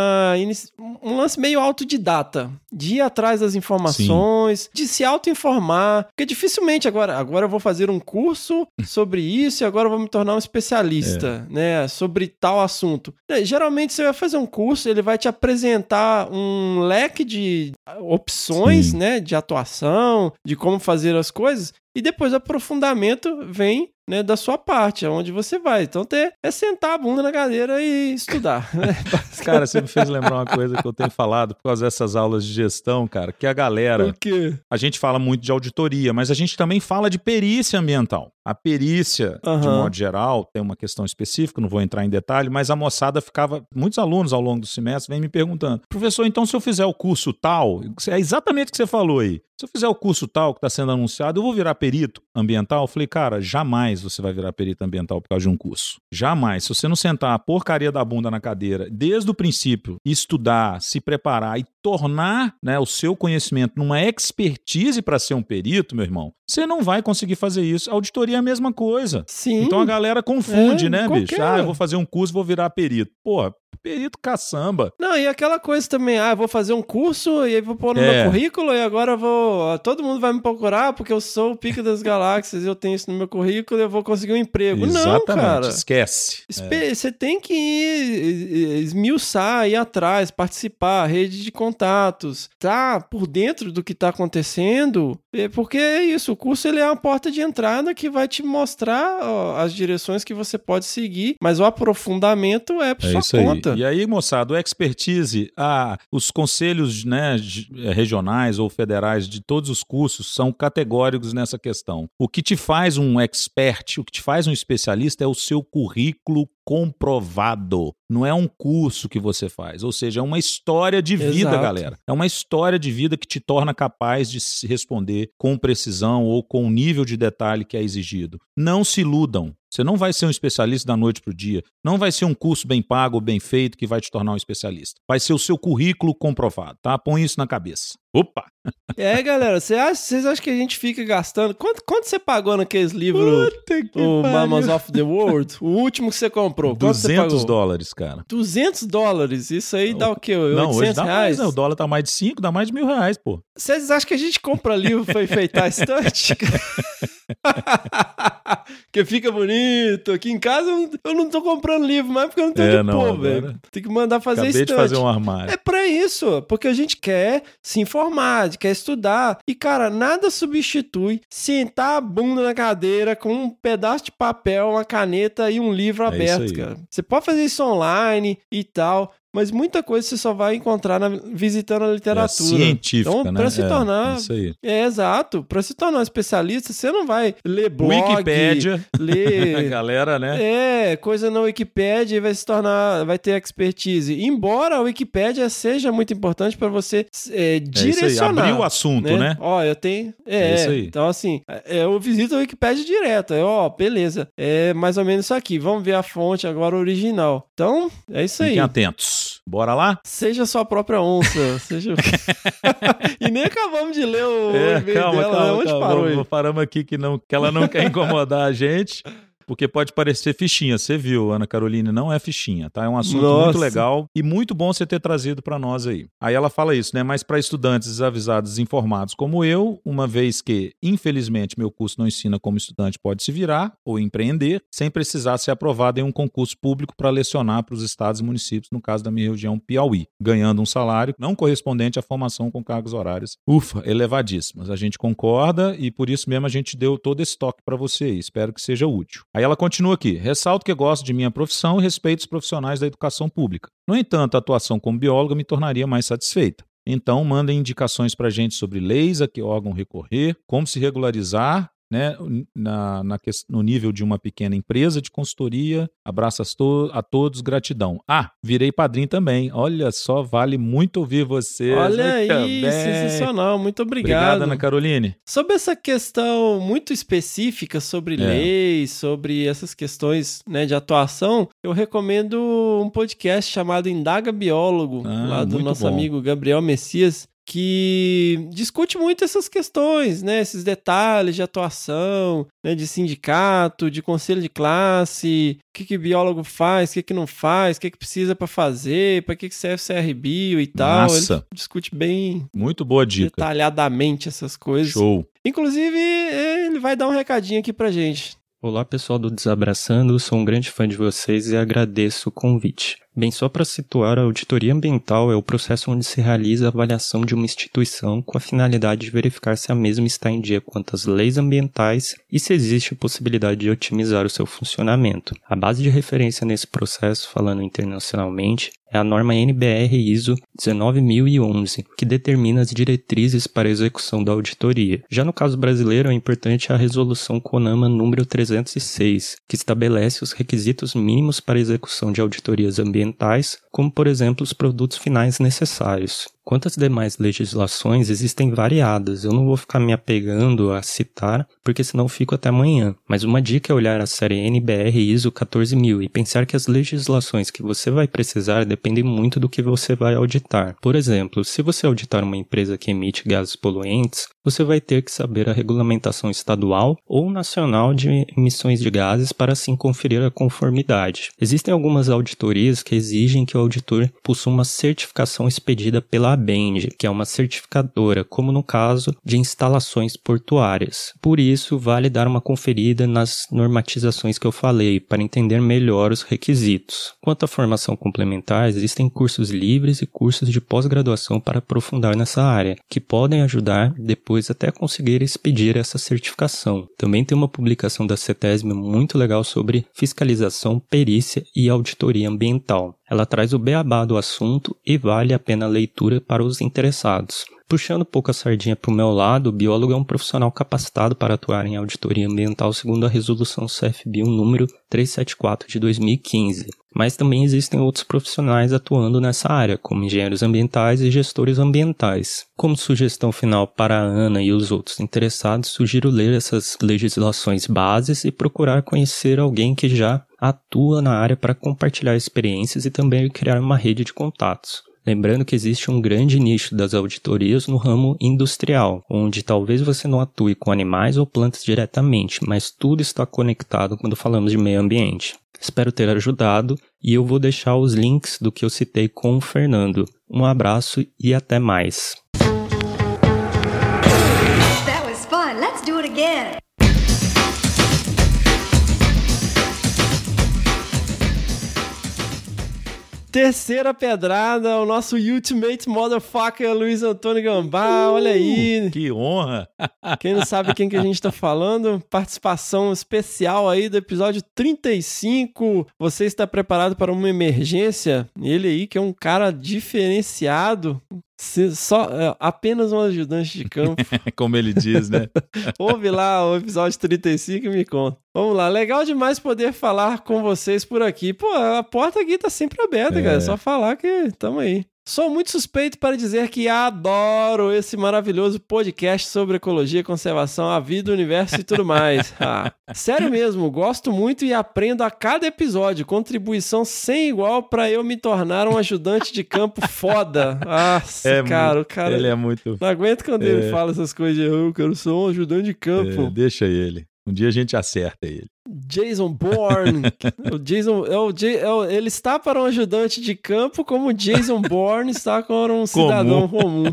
um lance meio autodidata, de ir atrás das informações, de se auto-informar, porque dificilmente agora eu vou fazer um curso sobre isso e agora eu vou me tornar um especialista, né, sobre tal assunto. Geralmente você vai fazer um curso, ele vai te apresentar um leque de opções, né, de atuação, de como fazer as coisas, e depois o aprofundamento vem, né, da sua parte, aonde você vai. Então é sentar a bunda na cadeira e estudar. Né? Cara, você me fez lembrar uma coisa que eu tenho falado por causa dessas aulas de gestão, cara, que a galera... O quê? A gente fala muito de auditoria, mas a gente também fala de perícia ambiental. A perícia, de modo geral, tem uma questão específica, não vou entrar em detalhe, mas a moçada ficava... Muitos alunos ao longo do semestre vêm me perguntando, professor, então se eu fizer o curso tal, é exatamente o que você falou aí, se eu fizer o curso tal que está sendo anunciado, eu vou virar perito ambiental? Eu falei, cara, jamais você vai virar perito ambiental por causa de um curso. Jamais. Se você não sentar a porcaria da bunda na cadeira, desde o princípio, estudar, se preparar e tornar, né, o seu conhecimento numa expertise para ser um perito, meu irmão, você não vai conseguir fazer isso. A auditoria é a mesma coisa. Sim. Então a galera confunde, né, qualquer... bicho? Eu vou fazer um curso, vou virar perito. Porra, perito caçamba. Não, e aquela coisa também, eu vou fazer um curso e aí vou pôr no meu currículo e agora todo mundo vai me procurar porque eu sou o pica das galáxias e eu tenho isso no meu currículo e eu vou conseguir um emprego. Exatamente. Não, cara. Esquece. Você tem que ir esmiuçar, ir atrás, participar, rede de contatos, tá por dentro do que tá acontecendo, porque é isso, o curso ele é uma porta de entrada que vai te mostrar as direções que você pode seguir, mas o aprofundamento é por sua conta. E aí, moçada, o expertise, os conselhos, né, regionais ou federais de todos os cursos são categóricos nessa questão. O que te faz um expert, o que te faz um especialista é o seu currículo comprovado. Não é um curso que você faz, ou seja, é uma história de vida, Exato. galera. É uma história de vida que te torna capaz de se responder com precisão ou com o nível de detalhe que é exigido. Não se iludam. Você não vai ser um especialista da noite para o dia. Não vai ser um curso bem pago ou bem feito que vai te tornar um especialista. Vai ser o seu currículo comprovado, tá? Põe isso na cabeça. Opa! Galera, vocês acham que a gente fica gastando? Quanto você pagou naqueles livros, o Mamas of the World? O último que você comprou, quanto você pagou? $200, cara. $200? Isso aí dá o quê? Não, hoje dá mais, reais? né? O dólar tá mais de 5, dá mais de R$1.000, pô. Vocês acham que a gente compra livro pra enfeitar a estante? Que fica bonito. Aqui em casa eu não tô comprando livro mais porque eu não tenho onde pôr, velho. Tem que mandar fazer Acabei estante. de fazer um armário. É pra isso, porque a gente quer se informar, quer estudar. E, cara, nada substitui sentar a bunda na cadeira com um pedaço de papel, uma caneta e um livro aberto, cara. Você pode fazer isso online e tal, mas muita coisa você só vai encontrar visitando a literatura. Científica, então, né? Pra se tornar... Isso aí. Exato. Pra se tornar um especialista, você não vai ler blog, Wikipédia. ler... A galera, né? Coisa na Wikipédia e vai ter expertise. Embora a Wikipédia seja muito importante pra você direcionar. Isso aí. Abrir o assunto, né? Ó, eu tenho... isso aí. Então, assim, eu visito a Wikipédia direto. Beleza. É mais ou menos isso aqui. Vamos ver a fonte agora original. Então, é isso aí. Fiquem atentos. Bora lá? Seja sua própria onça. Seja... E nem acabamos de ler o e-mail dela. Onde parou? Paramos aqui que ela não quer incomodar a gente. Porque pode parecer fichinha, você viu, Ana Caroline, não é fichinha, tá? É um assunto muito legal e muito bom você ter trazido para nós aí. Aí ela fala isso, né? Mas para estudantes desavisados, desinformados como eu, uma vez que, infelizmente, meu curso não ensina como estudante pode se virar ou empreender, sem precisar ser aprovado em um concurso público para lecionar para os estados e municípios, no caso da minha região Piauí, ganhando um salário não correspondente à formação com cargas horárias, elevadíssimas. A gente concorda e por isso mesmo a gente deu todo esse toque para você aí. Espero que seja útil. Aí ela continua aqui. Ressalto que gosto de minha profissão e respeito os profissionais da educação pública. No entanto, a atuação como bióloga me tornaria mais satisfeita. Então, mandem indicações para a gente sobre leis, a que órgão recorrer, como se regularizar, né, no nível de uma pequena empresa de consultoria. Abraço a todos, gratidão. Virei padrinho também. Olha só, vale muito ouvir você. Olha aí, sensacional. Muito obrigado. Obrigado, Ana Caroline. Sobre essa questão muito específica sobre leis, sobre essas questões, né, de atuação, eu recomendo um podcast chamado Indaga Biólogo, lá do nosso amigo Gabriel Messias, que discute muito essas questões, né? Esses detalhes de atuação, né? De sindicato, de conselho de classe, o que biólogo faz, o que não faz, o que precisa para fazer, para que serve CRBio e tal. Nossa. Ele discute bem muito boa dica, detalhadamente essas coisas. Show. Inclusive, ele vai dar um recadinho aqui pra gente. Olá, pessoal do Desabraçando, sou um grande fã de vocês e agradeço o convite. Bem, só para situar, a auditoria ambiental é o processo onde se realiza a avaliação de uma instituição com a finalidade de verificar se a mesma está em dia quanto às leis ambientais e se existe a possibilidade de otimizar o seu funcionamento. A base de referência nesse processo, falando internacionalmente, é a norma NBR ISO 19011, que determina as diretrizes para a execução da auditoria. Já no caso brasileiro, é importante a resolução CONAMA número 306, que estabelece os requisitos mínimos para a execução de auditorias ambientais, como, por exemplo, os produtos finais necessários. Quanto às demais legislações, existem variadas. Eu não vou ficar me apegando a citar, porque senão fico até amanhã. Mas uma dica é olhar a série NBR ISO 14000 e pensar que as legislações que você vai precisar dependem muito do que você vai auditar. Por exemplo, se você auditar uma empresa que emite gases poluentes, você vai ter que saber a regulamentação estadual ou nacional de emissões de gases para assim conferir a conformidade. Existem algumas auditorias que exigem que o auditor possua uma certificação expedida pela ABEND, que é uma certificadora, como no caso de instalações portuárias. Por isso, vale dar uma conferida nas normatizações que eu falei, para entender melhor os requisitos. Quanto à formação complementar, existem cursos livres e cursos de pós-graduação para aprofundar nessa área, que podem ajudar depois até conseguir expedir essa certificação. Também tem uma publicação da CETESB muito legal sobre fiscalização, perícia e auditoria ambiental. Ela traz o beabá do assunto e vale a pena a leitura para os interessados. Puxando um pouco a sardinha para o meu lado, o biólogo é um profissional capacitado para atuar em auditoria ambiental segundo a resolução CFB número 374 de 2015. Mas também existem outros profissionais atuando nessa área, como engenheiros ambientais e gestores ambientais. Como sugestão final para a Ana e os outros interessados, sugiro ler essas legislações bases e procurar conhecer alguém que já atua na área para compartilhar experiências e também criar uma rede de contatos. Lembrando que existe um grande nicho das auditorias no ramo industrial, onde talvez você não atue com animais ou plantas diretamente, mas tudo está conectado quando falamos de meio ambiente. Espero ter ajudado e eu vou deixar os links do que eu citei com o Fernando. Um abraço e até mais. That was fun. Let's do it again. Terceira pedrada, o nosso Ultimate Motherfucker Luiz Antônio Gambá, olha aí. Que honra! Quem não sabe quem que a gente tá falando, participação especial aí do episódio 35. Você está preparado para uma emergência? Ele aí que é um cara diferenciado. Apenas um ajudante de campo. Como ele diz, né? Ouve lá o episódio 35 e me conta. Vamos lá, legal demais poder falar com vocês por aqui. Pô, a porta aqui tá sempre aberta, cara. É só falar que tamo aí. Sou muito suspeito para dizer que adoro esse maravilhoso podcast sobre ecologia, conservação, a vida, o universo e tudo mais. Sério mesmo, gosto muito e aprendo a cada episódio. Contribuição sem igual para eu me tornar um ajudante de campo foda. Cara, o cara... Ele é muito... Não aguento quando ele fala essas coisas de eu quero ser um ajudante de campo. Deixa ele. Um dia a gente acerta ele. Jason Bourne. Ele está para um ajudante de campo como Jason Bourne está para um cidadão comum.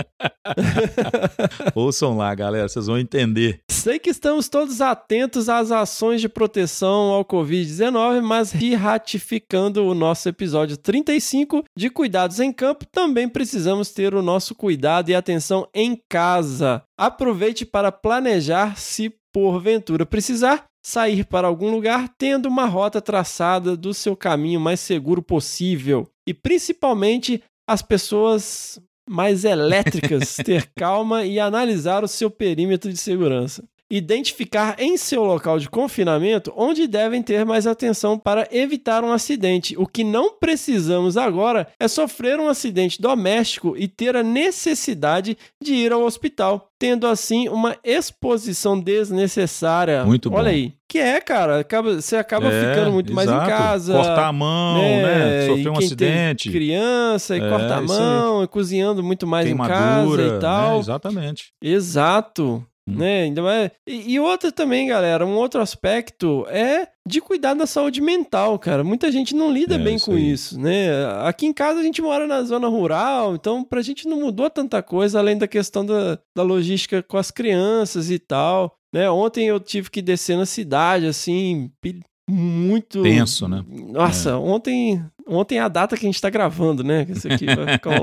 Ouçam lá, galera, vocês vão entender. Sei que estamos todos atentos às ações de proteção ao Covid-19, mas ratificando o nosso episódio 35 de Cuidados em Campo, também precisamos ter o nosso cuidado e atenção em casa. Aproveite para planejar, se porventura precisar, sair para algum lugar tendo uma rota traçada do seu caminho mais seguro possível. E principalmente as pessoas mais elétricas, ter calma e analisar o seu perímetro de segurança. Identificar em seu local de confinamento onde devem ter mais atenção para evitar um acidente. O que não precisamos agora é sofrer um acidente doméstico e ter a necessidade de ir ao hospital, tendo assim uma exposição desnecessária. Muito bom. Olha aí. Que cara, você acaba ficando muito mais em casa. Cortar a mão, né? Sofrer um acidente. Criança e corta a mão, e cozinhando muito mais em casa e tal. Exatamente. Exato. Né? E outra também, galera, um outro aspecto é de cuidar da saúde mental, cara. Muita gente não lida bem com isso, né? Aqui em casa a gente mora na zona rural, então pra gente não mudou tanta coisa, além da questão da logística com as crianças e tal, né? Ontem eu tive que descer na cidade, assim, muito... tenso, né? Nossa, ontem é a data que a gente tá gravando, né? Esse aqui vai ficar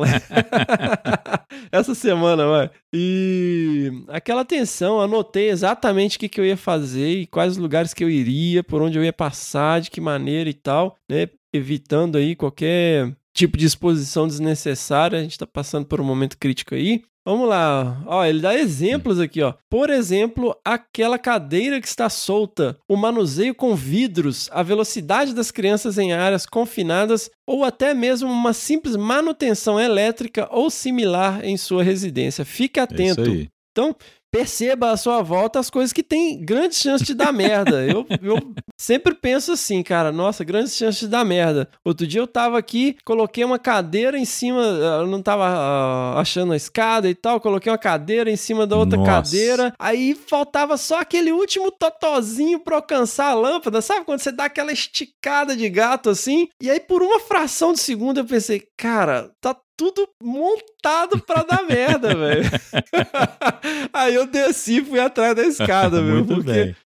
essa semana, vai. E aquela tensão, anotei exatamente o que eu ia fazer e quais lugares que eu iria, por onde eu ia passar, de que maneira e tal, né? Evitando aí qualquer tipo de exposição desnecessária. A gente tá passando por um momento crítico aí. Vamos lá, ele dá exemplos aqui, Por exemplo, aquela cadeira que está solta, o manuseio com vidros, a velocidade das crianças em áreas confinadas ou até mesmo uma simples manutenção elétrica ou similar em sua residência. Fique atento. Isso aí. Então, perceba à sua volta as coisas que têm grandes chances de dar merda. Eu sempre penso assim, cara, nossa, grandes chances de dar merda. Outro dia eu tava aqui, coloquei uma cadeira em cima, eu não tava achando a escada e tal, coloquei uma cadeira em cima da outra cadeira, aí faltava só aquele último totozinho pra alcançar a lâmpada, sabe? Quando você dá aquela esticada de gato assim, e aí por uma fração de segundo eu pensei, cara, tá tudo montado pra dar merda, velho. Aí eu desci e fui atrás da escada, velho. Muito bem.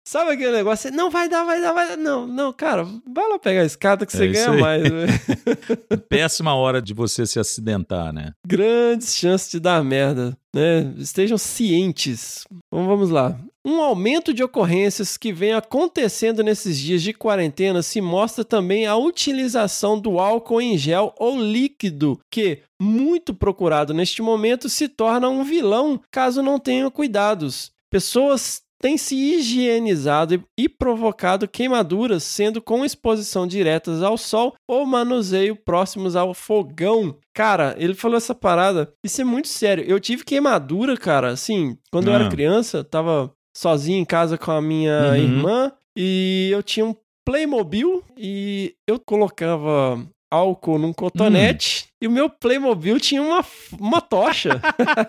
Sabe aquele negócio? Não, vai dar. Não, cara, vai lá pegar a escada que você ganha aí. mais. Péssima hora de você se acidentar, né? Grandes chances de dar merda, né? Estejam cientes. Vamos lá. Um aumento de ocorrências que vem acontecendo nesses dias de quarentena se mostra também a utilização do álcool em gel ou líquido, que, muito procurado neste momento, se torna um vilão caso não tenham cuidados. Pessoas têm se higienizado e provocado queimaduras, sendo com exposição diretas ao sol ou manuseio próximos ao fogão. Cara, ele falou essa parada, isso é muito sério. Eu tive queimadura, cara, assim, quando eu era criança, tava sozinho em casa com a minha irmã e eu tinha um Playmobil e eu colocava álcool num cotonete e o meu Playmobil tinha uma tocha.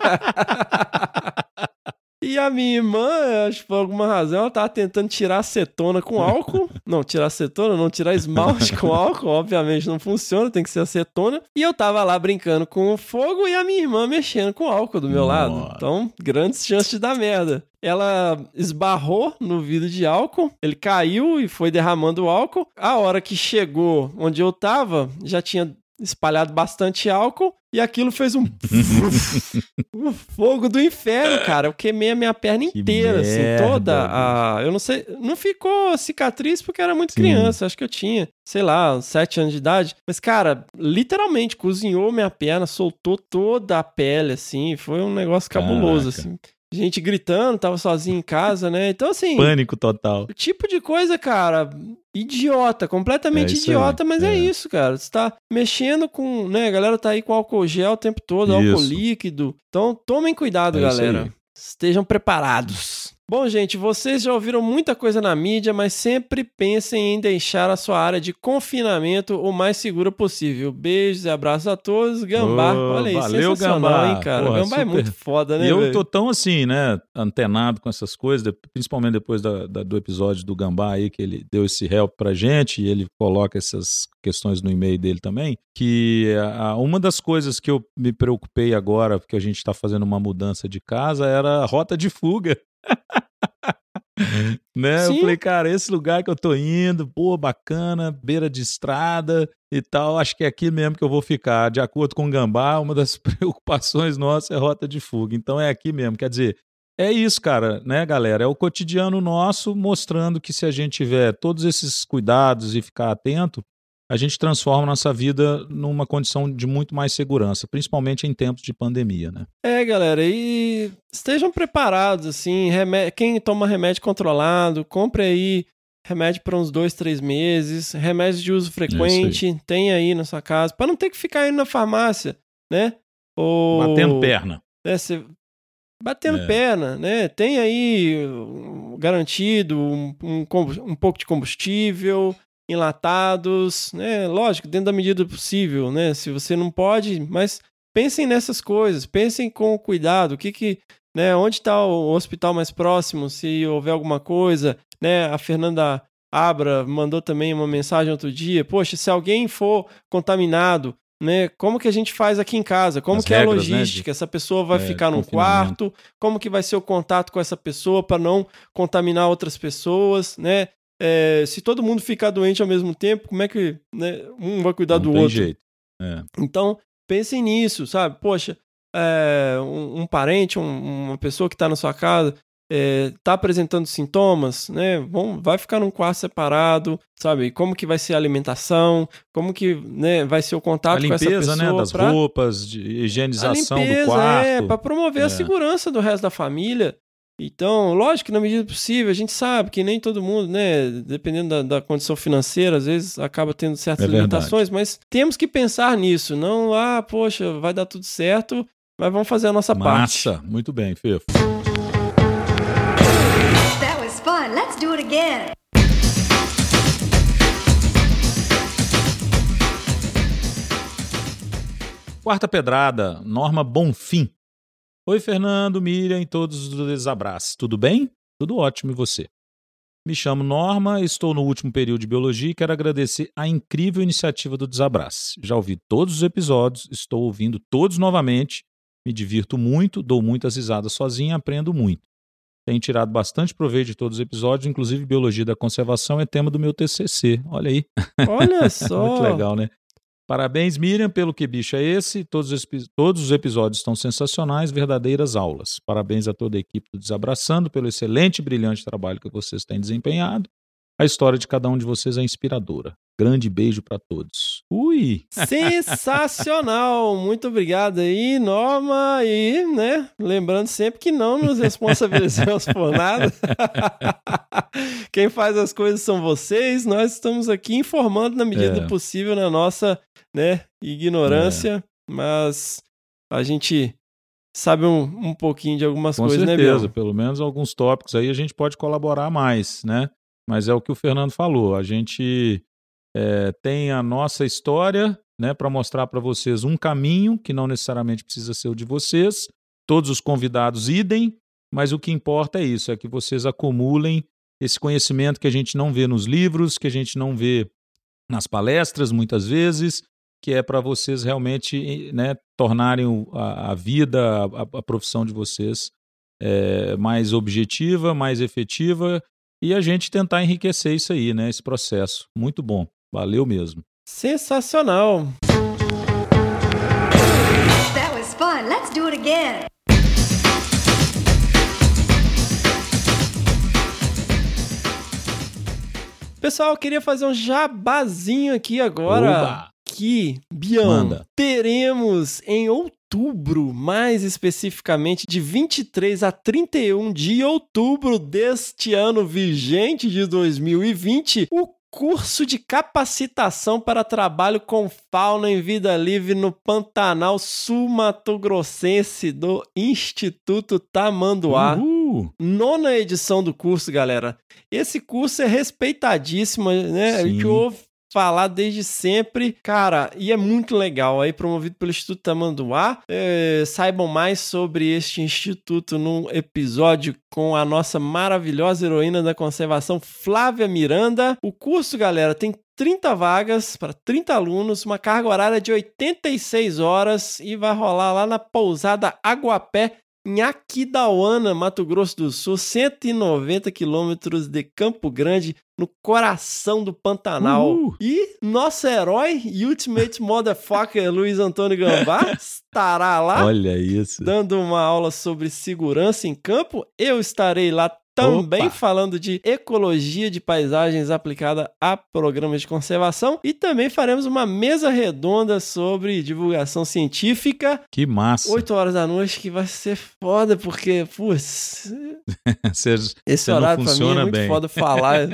E a minha irmã, acho que por alguma razão, ela tava tentando tirar acetona com álcool. Não, tirar acetona, não tirar esmalte com álcool. Obviamente não funciona, tem que ser acetona. E eu tava lá brincando com o fogo e a minha irmã mexendo com álcool do meu lado. Então, grandes chances de dar merda. Ela esbarrou no vidro de álcool, ele caiu e foi derramando álcool. A hora que chegou onde eu tava, já tinha espalhado bastante álcool e aquilo fez um fogo do inferno, cara. Eu queimei a minha perna inteira, assim, toda eu não sei, não ficou cicatriz porque era muito criança, acho que eu tinha, sei lá, 7 anos de idade, mas, cara, literalmente cozinhou minha perna, soltou toda a pele, assim, foi um negócio cabuloso, assim. Gente gritando, tava sozinho em casa, né? Então, assim... Pânico total. O tipo de coisa, cara, idiota, completamente idiota, mas é isso, cara. Você tá mexendo com, né? A galera tá aí com álcool gel o tempo todo, álcool líquido. Então, tomem cuidado, galera. Estejam preparados. Bom, gente, vocês já ouviram muita coisa na mídia, mas sempre pensem em deixar a sua área de confinamento o mais segura possível. Beijos e abraços a todos. Gambá, olha aí, valeu, sensacional, Gambá. hein, cara? Porra, Gambá super. é muito foda, né, E eu velho? tô tão assim, né, antenado com essas coisas, principalmente depois do episódio do Gambá aí, que ele deu esse help pra gente e ele coloca essas questões no e-mail dele também, que uma das coisas que eu me preocupei agora, porque a gente tá fazendo uma mudança de casa, era a rota de fuga. Né? Eu falei, cara, esse lugar que eu tô indo, pô, bacana, beira de estrada e tal, acho que é aqui mesmo que eu vou ficar. De acordo com o Gambá, uma das preocupações nossas é rota de fuga, então é aqui mesmo, quer dizer, é isso, cara, né, galera, é o cotidiano nosso mostrando que se a gente tiver todos esses cuidados e ficar atento, a gente transforma nossa vida numa condição de muito mais segurança, principalmente em tempos de pandemia, né? É, galera, e estejam preparados, assim, quem toma remédio controlado, compre aí remédio para uns 2, 3 meses, remédio de uso frequente, tem aí na sua casa, para não ter que ficar indo na farmácia, né? Ou... Batendo perna. Batendo perna, né? Tem aí garantido um pouco de combustível, enlatados, né? Lógico, dentro da medida do possível, né? Se você não pode, mas pensem nessas coisas, pensem com cuidado, né? Onde está o hospital mais próximo, se houver alguma coisa, né? A Fernanda Abra mandou também uma mensagem outro dia, poxa, se alguém for contaminado, né? Como que a gente faz aqui em casa? Como que é a logística? Essa pessoa vai ficar num quarto? Como que vai ser o contato com essa pessoa para não contaminar outras pessoas, né? Se todo mundo ficar doente ao mesmo tempo, como é que, né, um vai cuidar do outro? Não tem jeito. Então, pensem nisso, sabe? Poxa, um parente, uma pessoa que está na sua casa, está apresentando sintomas, né? Vai ficar num quarto separado, sabe? Como que vai ser a alimentação? Como que, né, vai ser o contato com essa pessoa? A limpeza, né, das roupas, de higienização do quarto. Para promover a segurança do resto da família. Então, lógico que na medida do possível, a gente sabe que nem todo mundo, né, dependendo da condição financeira, às vezes acaba tendo certas limitações, mas temos que pensar nisso, não, poxa, vai dar tudo certo, mas vamos fazer a nossa parte. Massa, muito bem, Fefo. That was fun. Let's do it again. Quarta pedrada, Norma Bonfim. Oi, Fernando, Miriam e todos do Desabrace. Tudo bem? Tudo ótimo, e você? Me chamo Norma, estou no último período de Biologia e quero agradecer a incrível iniciativa do Desabrace. Já ouvi todos os episódios, estou ouvindo todos novamente, me divirto muito, dou muitas risadas sozinho e aprendo muito. Tenho tirado bastante proveito de todos os episódios, inclusive Biologia da Conservação é tema do meu TCC. Olha aí. Olha só. Muito legal, né? Parabéns, Miriam, pelo Que Bicho é Esse? Todos os episódios estão sensacionais, verdadeiras aulas. Parabéns a toda a equipe do Desabraçando pelo excelente e brilhante trabalho que vocês têm desempenhado. A história de cada um de vocês é inspiradora. Grande beijo para todos. Ui! Sensacional! Muito obrigado aí, Norma. E, né, lembrando sempre que não nos responsabilizamos por nada. Quem faz as coisas são vocês. Nós estamos aqui informando na medida do possível na nossa, né, ignorância. Mas a gente sabe um pouquinho de algumas coisas, né, Biel? Com certeza, pelo menos alguns tópicos aí a gente pode colaborar mais, né? Mas é o que o Fernando falou, a gente tem a nossa história, né, para mostrar para vocês um caminho que não necessariamente precisa ser o de vocês, todos os convidados idem, mas o que importa é isso, é que vocês acumulem esse conhecimento que a gente não vê nos livros, que a gente não vê nas palestras muitas vezes, que é para vocês realmente, né, tornarem a vida, a profissão de vocês mais objetiva, mais efetiva, e a gente tentar enriquecer isso aí, né, esse processo. Muito bom. Valeu mesmo. Sensacional. That was fun. Let's do it again. Pessoal, eu queria fazer um jabazinho aqui agora. Oba! Que, Bião, teremos em outubro, mais especificamente de 23 a 31 de outubro deste ano vigente de 2020, o curso de capacitação para trabalho com fauna em vida livre no Pantanal Sul-Mato-Grossense do Instituto Tamanduá. Nona edição do curso, galera. Esse curso é respeitadíssimo, né? Sim. Que ouve falar desde sempre, cara, e é muito legal, aí promovido pelo Instituto Tamanduá. Saibam mais sobre este instituto num episódio com a nossa maravilhosa heroína da conservação, Flávia Miranda. O curso, galera, tem 30 vagas para 30 alunos, uma carga horária de 86 horas e vai rolar lá na pousada Aguapé, em Aquidauana, Mato Grosso do Sul, 190 quilômetros de Campo Grande, no coração do Pantanal. E nosso herói, Ultimate Motherfucker, Luiz Antônio Gambá, estará lá. Olha isso. Dando uma aula sobre segurança em campo. Eu estarei lá também falando de ecologia de paisagens aplicada a programas de conservação, e também faremos uma mesa redonda sobre divulgação científica. Que massa! 8 horas da noite, que vai ser foda, porque, putz, esse horário pra mim é muito foda falar.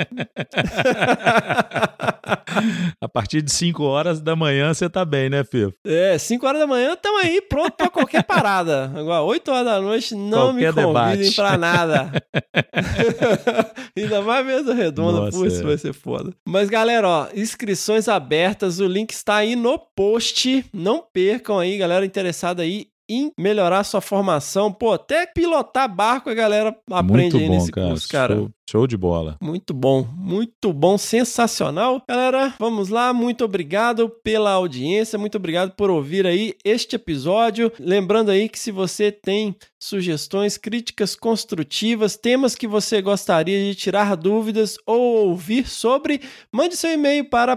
A partir de 5 horas da manhã você tá bem, né, Fio? 5 horas da manhã estamos aí pronto pra qualquer parada. Agora, 8 horas da noite não qualquer me convidem debate pra nada. Ainda mais mesa redonda. Nossa, putz, vai ser foda. Mas galera, ó, inscrições abertas, o link está aí no post, não percam aí, galera interessada aí em melhorar sua formação. Pô, até pilotar barco a galera aprende aí nesse curso, cara. Show de bola. Muito bom, sensacional. Galera, vamos lá, muito obrigado pela audiência, muito obrigado por ouvir aí este episódio. Lembrando aí que se você tem sugestões, críticas construtivas, temas que você gostaria de tirar dúvidas ou ouvir sobre, mande seu e-mail para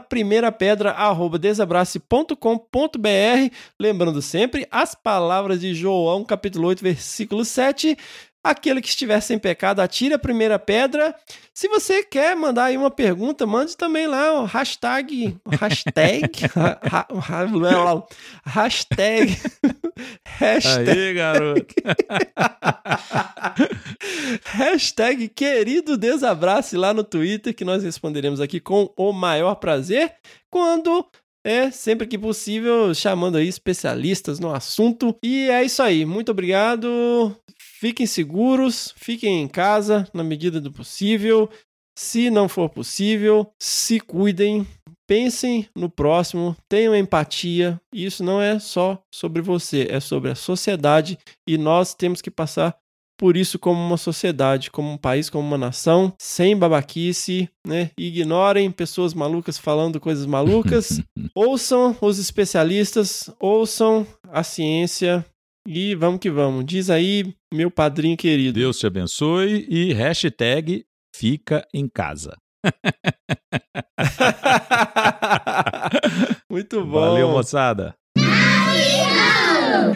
primeirapedra@desabrace.com.br. Lembrando sempre as palavras de João, capítulo 8, versículo 7. Aquele que estiver sem pecado, atire a primeira pedra. Se você quer mandar aí uma pergunta, mande também lá o hashtag Aí, garoto. Hashtag querido Desabrace lá no Twitter, que nós responderemos aqui com o maior prazer, quando sempre que possível, chamando aí especialistas no assunto. E é isso aí, muito obrigado. Fiquem seguros, fiquem em casa na medida do possível. Se não for possível, se cuidem, pensem no próximo, tenham empatia. Isso não é só sobre você, é sobre a sociedade, e nós temos que passar por isso como uma sociedade, como um país, como uma nação, sem babaquice, né? Ignorem pessoas malucas falando coisas malucas. Ouçam os especialistas, ouçam a ciência. E vamos que vamos. Diz aí, meu padrinho querido. Deus te abençoe e hashtag fica em casa. Muito bom. Valeu, moçada.